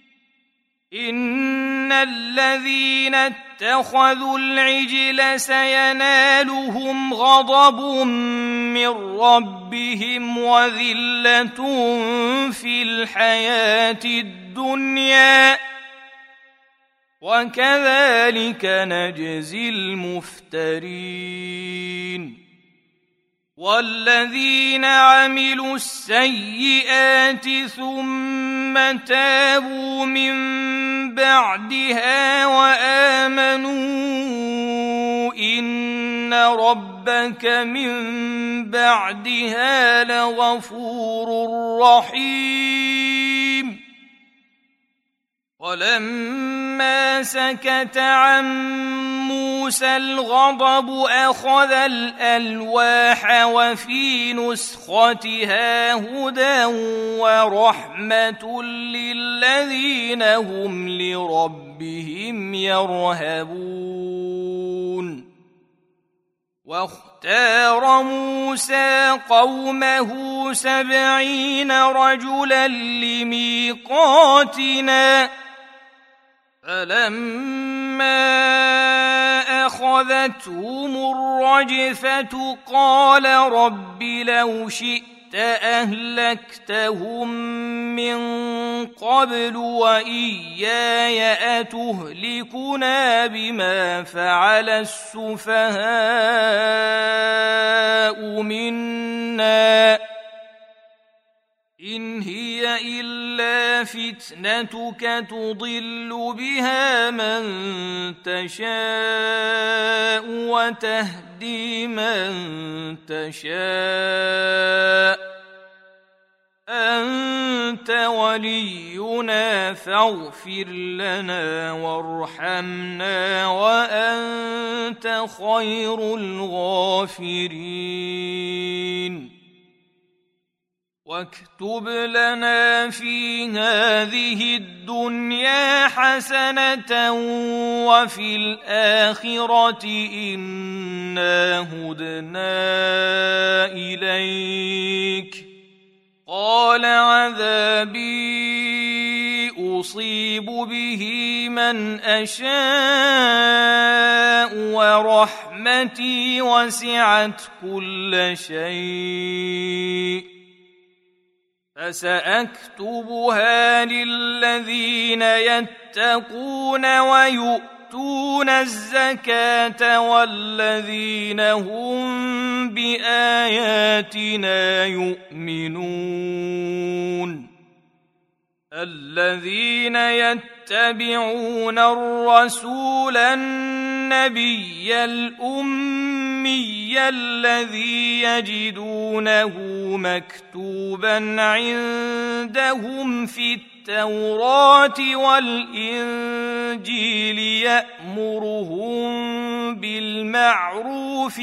إن الذين اتخذوا العجل سينالهم غضب من ربهم وذلة في الحياة الدنيا وكذلك نجزي المفترين والذين عملوا السيئات ثم تابوا من بعدها وآمنوا إن ربك من بعدها لغفور رحيم ولما سكت عن موسى الغضب أخذ الألواح وفي نسختها هدى ورحمة للذين هم لربهم يرهبون واختار موسى قومه 70 رجلا لميقاتنا فلما أخذتهم الرجفة قال رب لو شئت أهلكتهم من قبل وإياي أتهلكنا بما فعل السفهاء منا إن هي إلا فتنتك تضل بها من تشاء وتهدي من تشاء أنت ولينا فاغفر لنا وارحمنا وأنت خير الغافرين واكتب لنا في هذه الدنيا حسنة وفي الآخرة إنا هدنا إليك. قال عذابي أصيب به من أشاء ورحمتي وسعت كل شيء فسأكتبها للذين يتقون ويؤتون الزكاة والذين هم بآياتنا يؤمنون. الذين يتبعون الرسول النبي الأمي الذي يجدونه مكتوبا عندهم في التوراة والإنجيل يأمرهم بالمعروف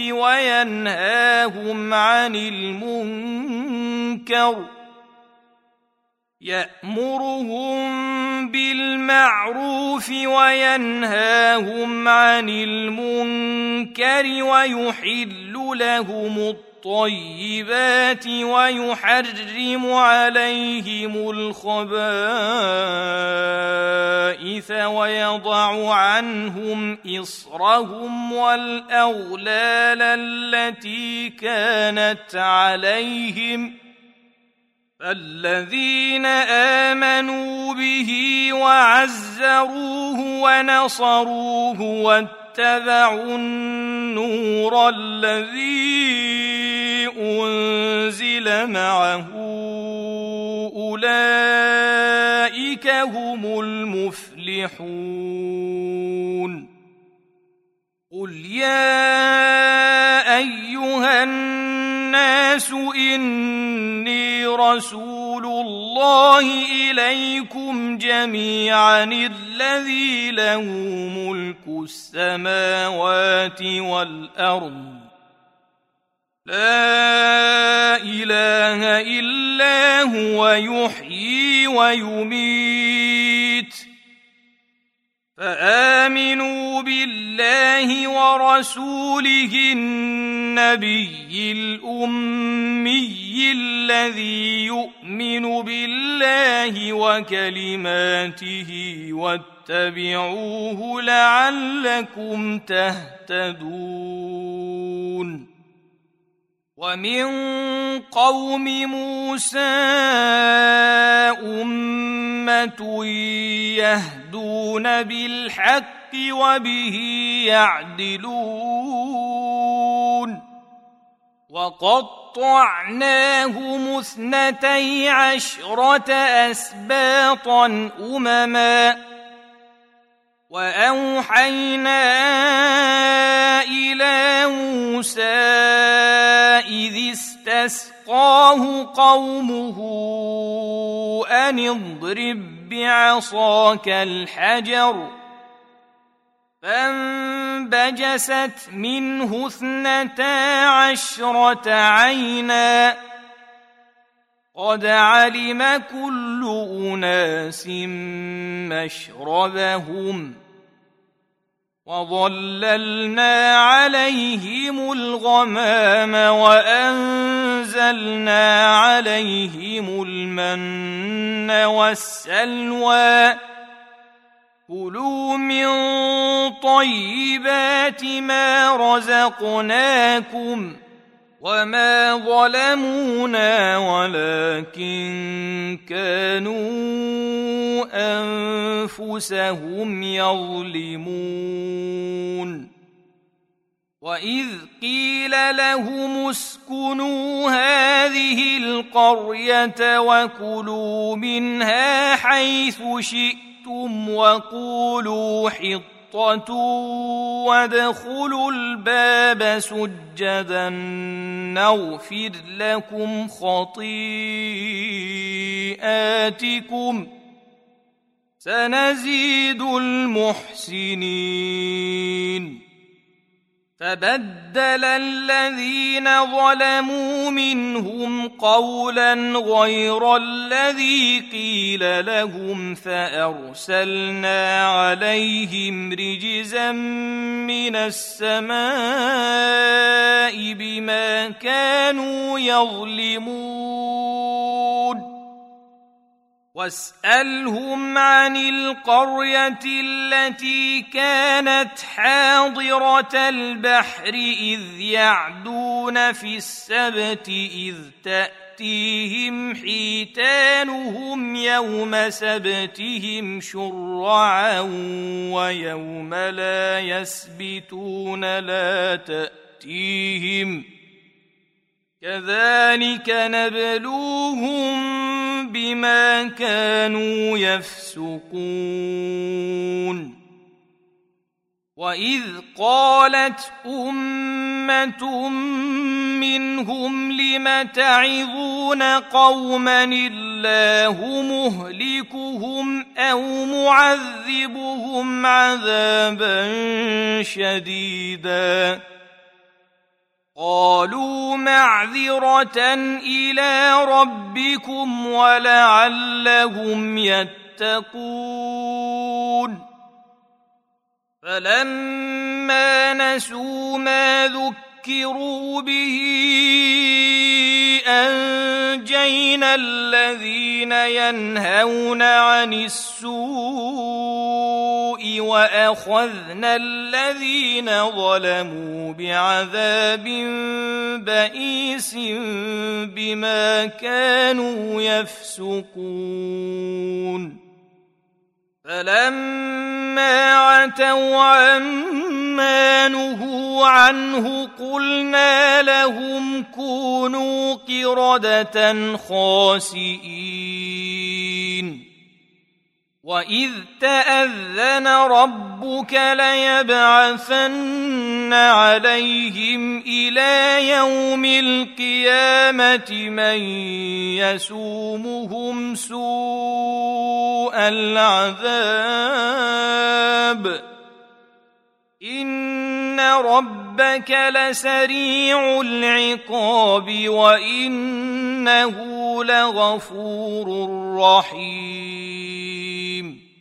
وينهاهم عن المنكر ويحل لهم الطيبات ويحرم عليهم الخبائث ويضع عنهم إصرهم والأغلال التي كانت عليهم. فالذين آمنوا به وعزروه ونصروه واتبعوا النور الذي أنزل معه أولئك هم المفلحون. قل يا أيها الناس إني رسول الله إليكم جميعا الذي له ملك السماوات والأرض لا إله إلا هو يحيي ويميت. فآمنوا بالله ورسوله النبي الأمي الذي يؤمن بالله وكلماته واتبعوه لعلكم تهتدون. ومن قوم موسى أمة يهدون بالحق وبه يعدلون. وقطعناهم 12 أسباطا أمما وأوحينا إلى موسى إذ استسقاه قومه أن اضرب بعصاك الحجر فانبجست منه 12 عينا قد علم كل أناس مشربهم وظللنا عليهم الغمام وأنزلنا عليهم المن والسلوى كلوا من طيبات ما رزقناكم وما ظلمونا ولكن كانوا أنفسهم يظلمون. وإذ قيل لهم اسكنوا هذه القرية وكلوا منها حيث شئتم وقولوا حطة وادخلوا الباب سجدا نغفر لكم خطيئاتكم سنزيد المحسنين. فبدل الذين ظلموا منهم قولا غير الذي قيل لهم فأرسلنا عليهم رجزا من السماء بما كانوا يظلمون واسألهم عن القرية التي كانت حاضرة البحر إذ يعدون في السبت إذ تأتيهم حيتانهم يوم سبتهم شرعا ويوم لا يسبتون لا تأتيهم كذلك نبلوهم بما كانوا يفسقون وإذ قالت أمة منهم لم تعظون قوما الله مهلكهم أو معذبهم عذابا شديدا قالوا معذرة إلى ربكم ولعلهم يتقون فلما نسوا ما ذكروا به أنجينا الذين ينهون عن السوء وأخذنا الذين ظلموا بعذاب بئيس بما كانوا يفسقون فلما عتوا عما نهوا عنه قلنا لهم كونوا قردة خاسئين وإذ تأذن ربك ليبعثن عليهم إلى يوم القيامة من يسومهم سوء العذاب إن ربك لسريع العقاب وإنه لغفور رحيم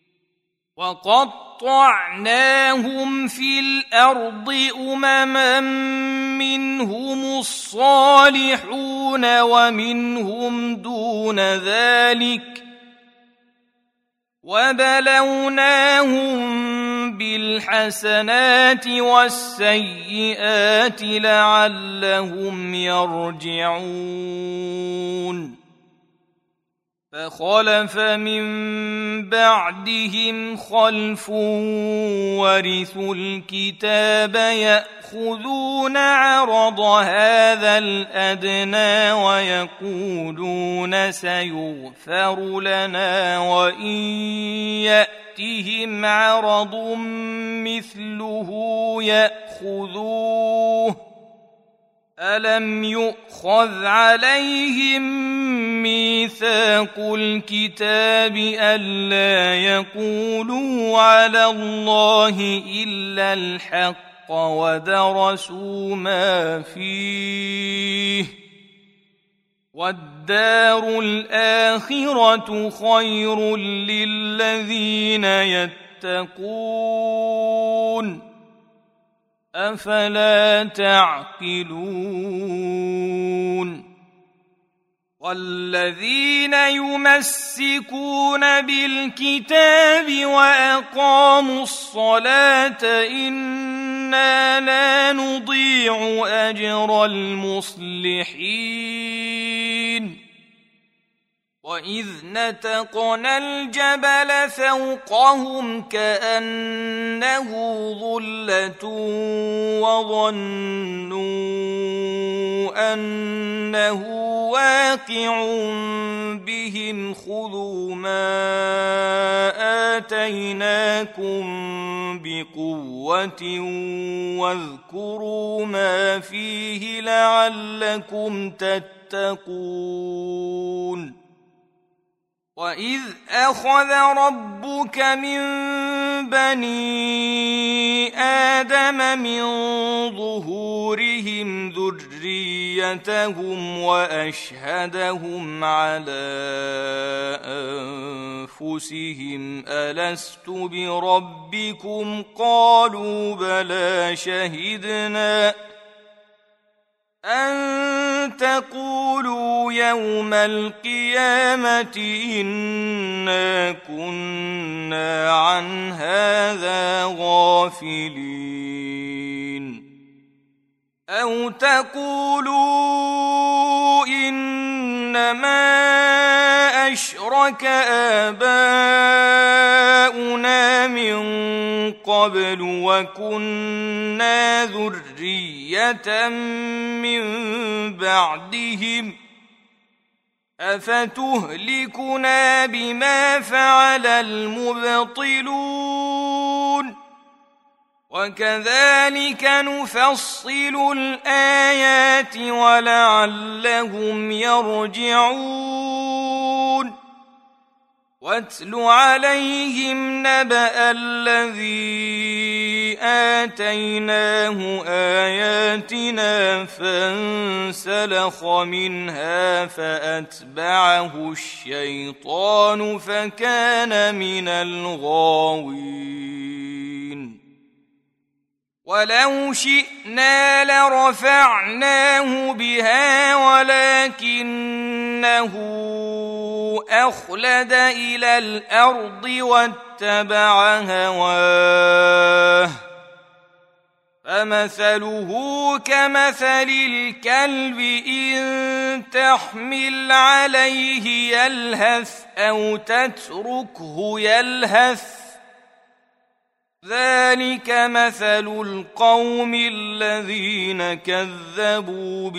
وقطعناهم في الأرض أمما منهم الصالحون ومنهم دون ذلك وبلوناهم بالحسنات والسيئات لعلهم يرجعون فخلف من بعدهم خلف ورثوا الكتاب يأخذون عرض هذا الأدنى ويقولون سيغفر لنا وإن يأتهم عرض مثله يأخذوه ألم يؤخذ عليهم ميثاق الكتاب ألا يقولوا على الله إلا الحق ودرسوا ما فيه والدار الآخرة خير للذين يتقون أفلا تعقلون والذين يمسكون بالكتاب وأقاموا الصلاة إنا لا نضيع أجر المصلحين وإذ نتقنا الجبل فوقهم كأنه ظلة وظنوا أنه واقع بهم خذوا ما آتيناكم بقوة واذكروا ما فيه لعلكم تتقون وإذ أخذ ربك من بني آدم من ظهورهم ذريتهم وأشهدهم على أنفسهم ألست بربكم قالوا بلى شهدنا أن تقولوا يوم القيامة إنا كنا عن هذا غافلين أو تقولوا إنما أشرك آباؤنا من قبل وكنا ذرية من بعدهم أفتهلكنا بما فعل المبطلون وكذلك نفصل الآيات ولعلهم يرجعون واتل عليهم نبأ الذي آتيناه آياتنا فانسلخ منها فأتبعه الشيطان فكان من الغاوين ولو شئنا لرفعناه بها ولكنه أخلد إلى الأرض واتبع هواه فمثله كمثل الكلب إن تحمل عليه يلهث أو تتركه يلهث ذلك مثل القوم الذين كذبوا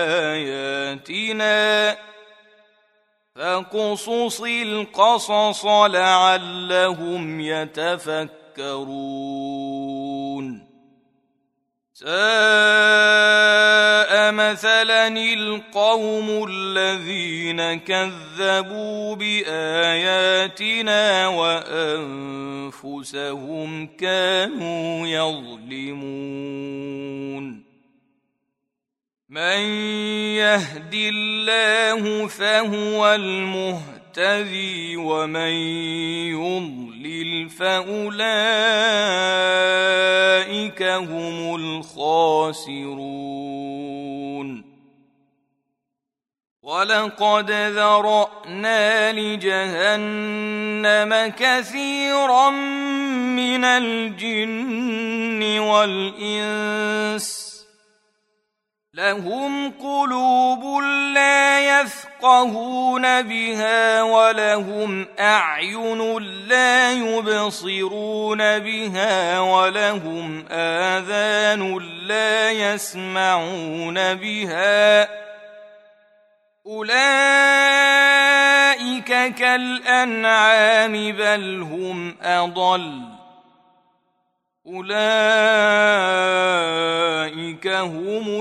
بآياتنا فاقصص القصص لعلهم يتفكرون ساء مثلا القوم الذين كذبوا بآياتنا وأنفسهم كانوا يظلمون من يهد الله فهو المهتدي ومن يضلل فأولئك هم الخاسرون ولقد ذرأنا لجهنم كثيرا من الجن والإنس لهم قلوب لا يفقهون بها ولهم أعين لا يبصرون بها ولهم آذان لا يسمعون بها أولئك كالأنعام بل هم أضل أولئك هم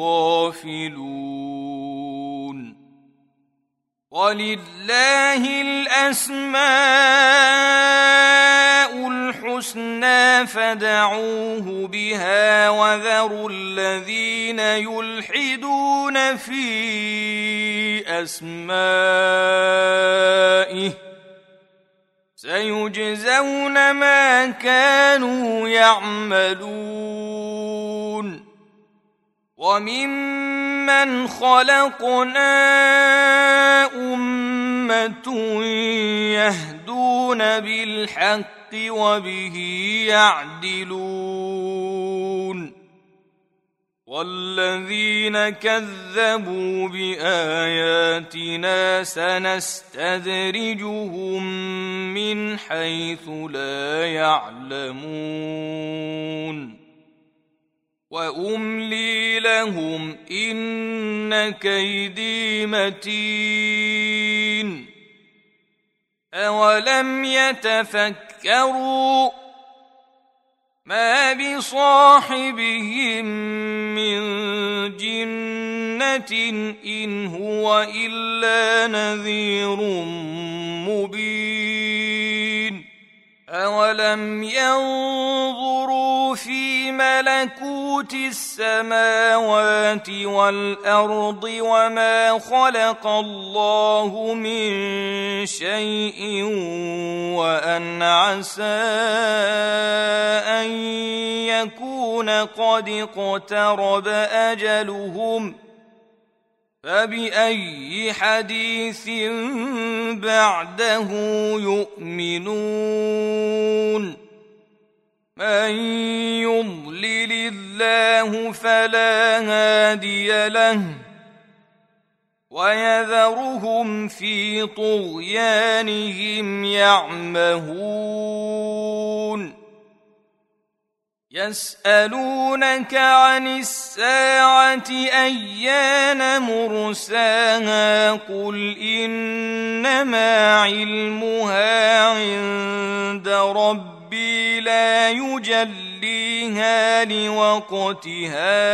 الغافلون ولله الأسماء الحسنى فادعوه بها وذروا الذين يلحدون في أسمائه سيجزون ما كانوا يعملون وممن خلقنا أمة يهدون بالحق وبه يعدلون والذين كذبوا بآياتنا سنستدرجهم من حيث لا يعلمون وأملي لهم إن كيدي متين أولم يتفكروا ما بصاحبهم من جنة إن هو إلا نذير مبين أولم ينظروا في ملكوت السماوات والأرض وما خلق الله من شيء وأن عسى أن يكون قد اقترب أجلهم فبأي حديث بعده يؤمنون من يضلل الله فلا هادي له ويذرهم في طغيانهم يعمهون يسألونك عن الساعة أيان مرساها قل إنما علمها عند ربي لا يجليها لوقتها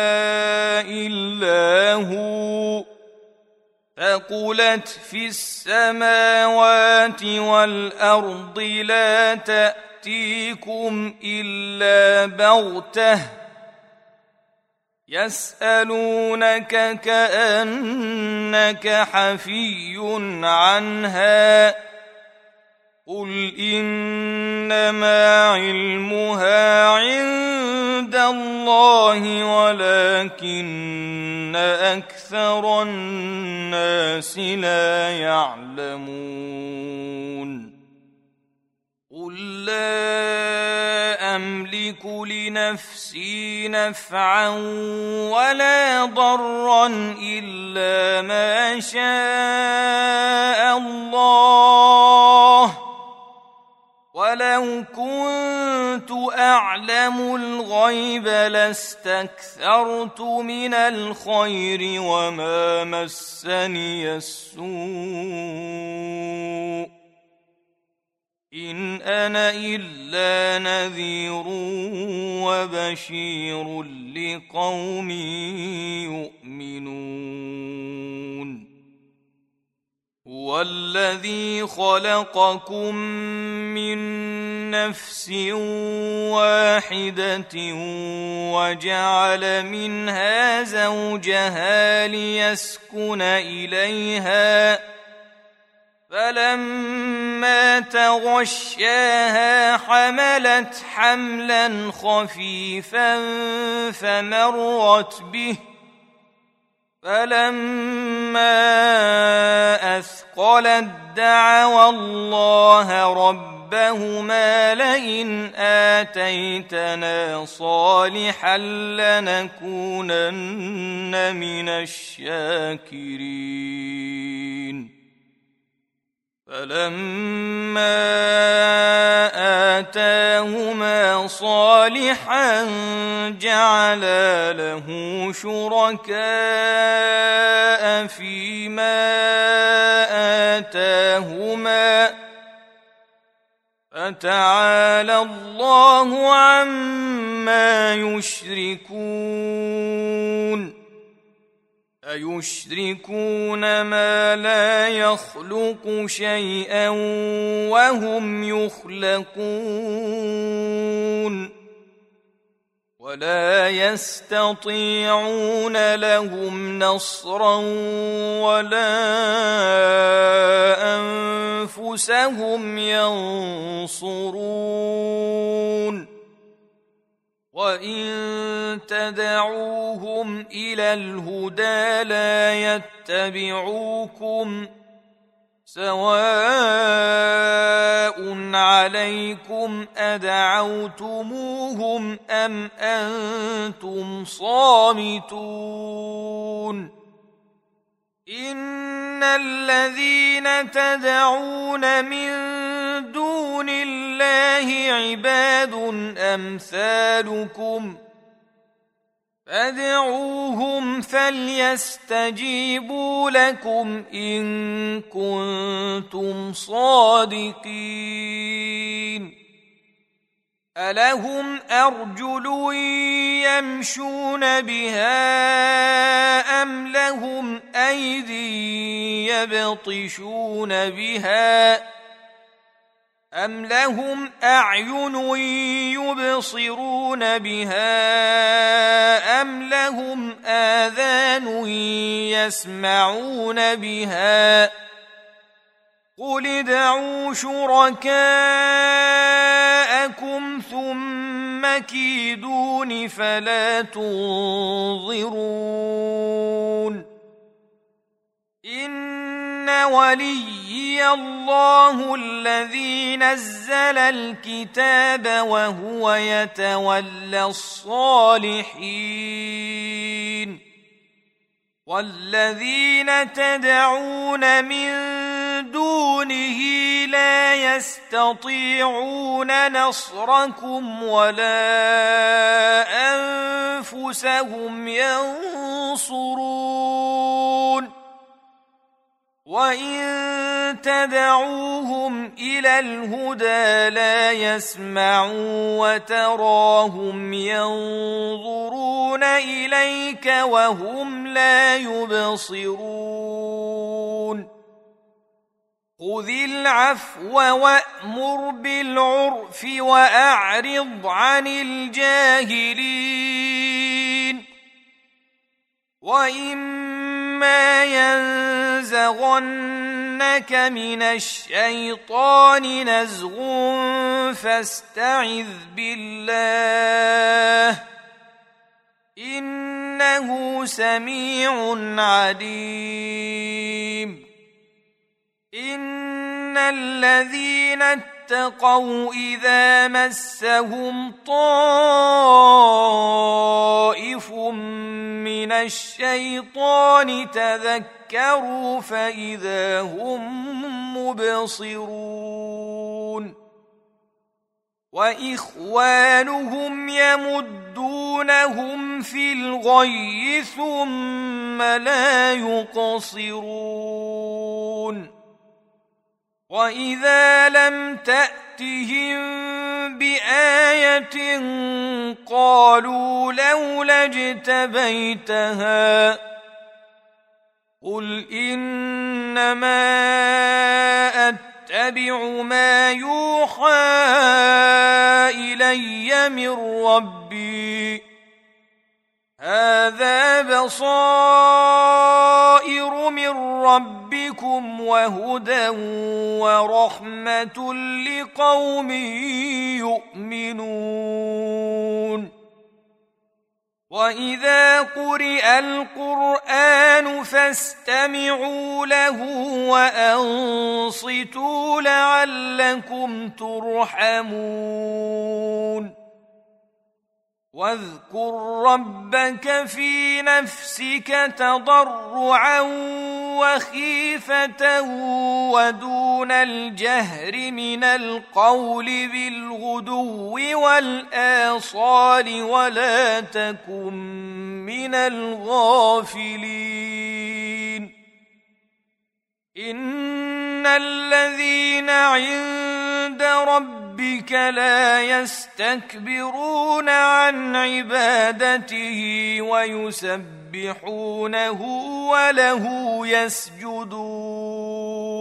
إلا هو ثقلت في السماوات والأرض لا تأتيكم إلا بغتة يسألونك كأنك حفي عنها قل إنما علمها عند الله ولكن أكثر الناس لا يعلمون قل لا أملك لنفسي نفعا ولا ضرا إلا ما شاء الله ولو كنت أعلم الغيب لاستكثرت من الخير وما مسني السوء إن أنا إلا نذير وبشير لقوم يؤمنون هو الذي خلقكم من نفس واحدة وجعل منها زوجها ليسكن إليها فلما تغشاها حملت حملا خفيفا فمرت به فلما أثقلت دعوا الله ربهما لئن آتيتنا صالحا لنكونن من الشاكرين فلما آتاهما صالحا جعلا له شركاء فيما آتاهما فتعالى الله عما يشركون أيشركون ما لا يخلق شيئا وهم يخلقون ولا يستطيعون لهم نصرا ولا أنفسهم ينصرون وإن تدعوهم إلى الهدى لا يتبعوكم سواء عليكم أدعوتموهم أم أنتم صامتون إن الذين تدعون من دون الله عباد أمثالكم فادعوهم فليستجيبوا لكم إن كنتم صادقين ألهم أرجل يمشون بها أم لهم أيدي يبطشون بها أم لهم أعين يبصرون بها أم لهم آذان يسمعون بها قل ادعوا شركاءكم ثم كيدون فلا تنظرون إن وليي الله الذي نزل الكتاب وهو يتولى الصالحين والذين تدعون من دونه لا يستطيعون نصركم ولا أنفسهم ينصرون وإن تدعوهم إلى الهدى لا يسمعوا وتراهم ينظرون إليك وهم لا يبصرون خذ العفو وأمر بالعرف وأعرض عن الجاهلين وإما ينزغنك من الشيطان نزغ فاستعذ بالله إنه سميع عليم إن الذين اتقوا إذا مسهم طائف من الشيطان تذكروا فإذا هم مبصرون وإخوانهم يمدونهم في الغي ثم لا يقصرون وإذا لم تأتهم بآية قالوا لولا اجتبيتها قل إنما أتبع ما يوحى إلي من ربي هذا بصائر من ربكم وهدى ورحمة لقوم يؤمنون وإذا قرئ القرآن فاستمعوا له وأنصتوا لعلكم ترحمون واذكر ربك في نفسك تضرعا وخيفة ودون الجهر من القول بالغدو والآصال ولا تكن من الغافلين إن الذين عند ربك لا يستكبرون عن عبادته ويسبحونه وله يسجدون